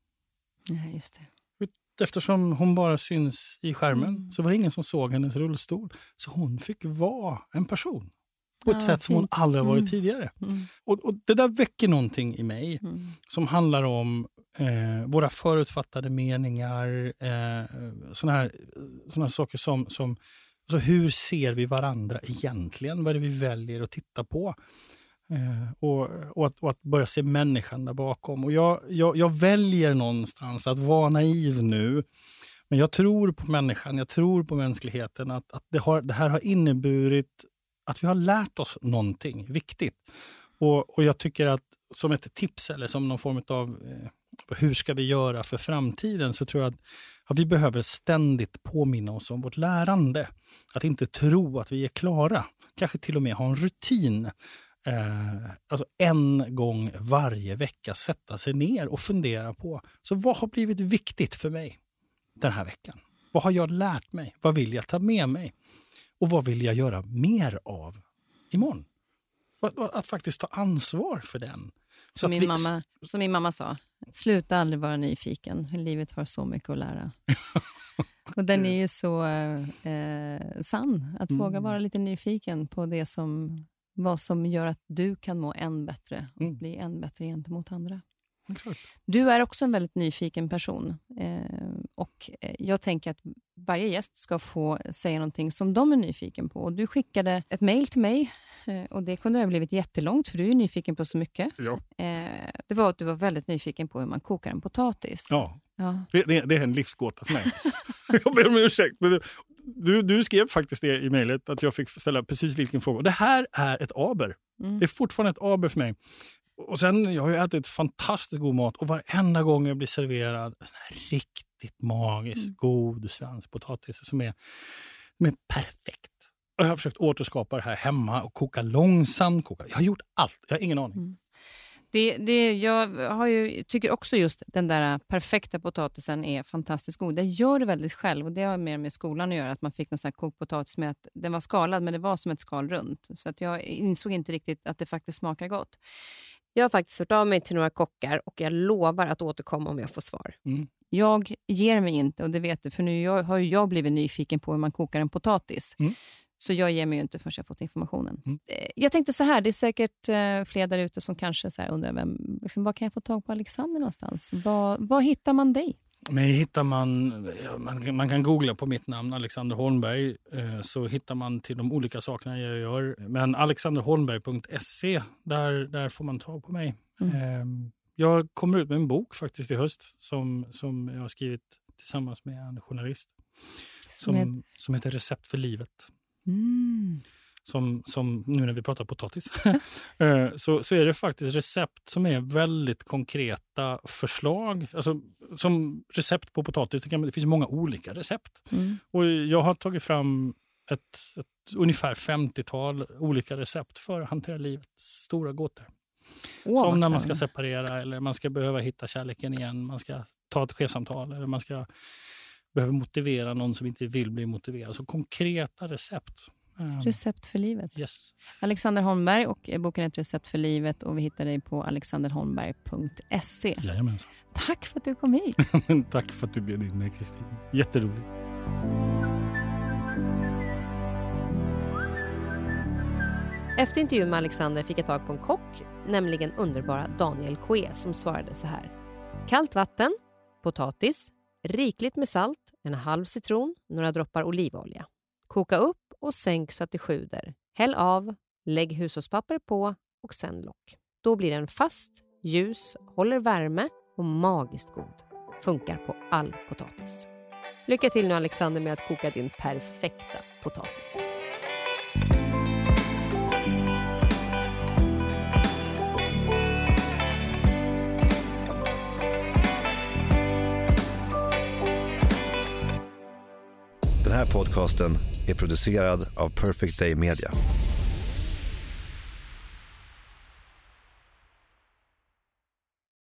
Nej, just det. Eftersom hon bara syns i skärmen mm. så var det ingen som såg hennes rullstol. Så hon fick vara en person. på ett ja, sätt som fint. hon aldrig har varit mm. tidigare. Mm. Och, och det där väcker någonting i mig Mm. som handlar om eh, våra förutfattade meningar, eh, såna här, såna här saker som, som alltså hur ser vi varandra egentligen? Vad är det vi väljer att titta på? Eh, och, och, att, och att börja se människan där bakom. Och jag, jag, jag väljer någonstans att vara naiv nu. Men jag tror på människan, jag tror på mänskligheten. Att, att det, har, det här har inneburit att vi har lärt oss någonting viktigt. Och, och jag tycker att som ett tips eller som någon form av eh, hur ska vi göra för framtiden, så tror jag att, att vi behöver ständigt påminna oss om vårt lärande. Att inte tro att vi är klara. Kanske till och med ha en rutin. Eh, alltså en gång varje vecka sätta sig ner och fundera på. Så vad har blivit viktigt för mig den här veckan? Vad har jag lärt mig? Vad vill jag ta med mig? Och vad vill jag göra mer av imorgon? Att, att faktiskt ta ansvar för den. Så Som, min vi... mamma, som min mamma sa, sluta aldrig vara nyfiken. Livet har så mycket att lära. Och den är ju så eh, sann. Att mm. våga vara lite nyfiken på det som, vad som gör att du kan må än bättre. Och mm. bli än bättre gentemot andra. Exakt. Du är också en väldigt nyfiken person. Eh, och jag tänker att varje gäst ska få säga någonting som de är nyfiken på. Och du skickade ett mejl till mig. Eh, och det kunde ha blivit jättelångt, för du är nyfiken på så mycket. Ja. Eh, det var att du var väldigt nyfiken på hur man kokar en potatis. Ja, ja. Det, det, det är en livsgåta för mig. Jag ber om ursäkt. Men du, du skrev faktiskt det i mejlet att jag fick ställa precis vilken fråga. Det här är ett aber. Mm. Det är fortfarande ett aber för mig. Och sen, jag har ju ätit fantastiskt god mat och varenda gång jag blir serverad sån här riktigt magisk, mm. god svensk potatis som är, som är perfekt. Och jag har försökt återskapa det här hemma och koka långsamt. Koka. Jag har gjort allt, jag har ingen aning. Mm. Det, det, jag har ju, tycker också just den där perfekta potatisen är fantastiskt god. Det gör det väldigt själv, och det har mer med skolan att göra. Att man fick någon sån här kokpotatis med att den var skalad, men det var som ett skal runt. Så att jag insåg inte riktigt att det faktiskt smakar gott. Jag har faktiskt hört av mig till några kockar och jag lovar att återkomma om jag får svar. Mm. Jag ger mig inte, och det vet du, för nu jag, har jag blivit nyfiken på hur man kokar en potatis. Mm. Så jag ger mig ju inte förrän jag fått informationen. Mm. Jag tänkte så här, det är säkert eh, fler där ute som kanske så här undrar, vem, liksom, var kan jag få tag på Alexander någonstans? Var, var hittar man dig? Men hittar man, man, man kan googla på mitt namn, Alexander Holmberg, eh, så hittar man till de olika sakerna jag gör. Men alexander holmberg punkt se, där, där får man tag på mig. Mm. Eh, jag kommer ut med en bok faktiskt i höst som, som jag har skrivit tillsammans med en journalist. Som, som, som heter Recept för livet. Mm. Som, som nu när vi pratar potatis så, så är det faktiskt recept som är väldigt konkreta förslag, alltså som recept på potatis. Det, kan, det finns många olika recept. Mm. Och jag har tagit fram ett, ett ungefär femtiotal olika recept för att hantera livets stora gåtor. Oh, som när man ska separera, eller man ska behöva hitta kärleken igen, man ska ta ett chefsamtal, eller man ska behöva motivera någon som inte vill bli motiverad. Så konkreta recept. Um, recept för livet. Yes. Alexander Holmberg, och boken heter Recept för livet, och vi hittar dig på alexander holmberg punkt se. Jajamensan. Tack för att du kom hit. Tack för att du bjöd in mig, Kristin. Jätteroligt. Efter intervjun med Alexander fick jag tag på en kock, nämligen underbara Daniel Kue, som svarade så här. Kallt vatten, potatis, rikligt med salt, en halv citron, några droppar olivolja. Koka upp och sänk så att det sjuder. Häll av, lägg hushållspapper på och sen lock. Då blir den fast, ljus, håller värme och magiskt god. Funkar på all potatis. Lycka till nu, Alexander, med att koka din perfekta potatis. Den här podcasten är producerad av Perfect Day Media.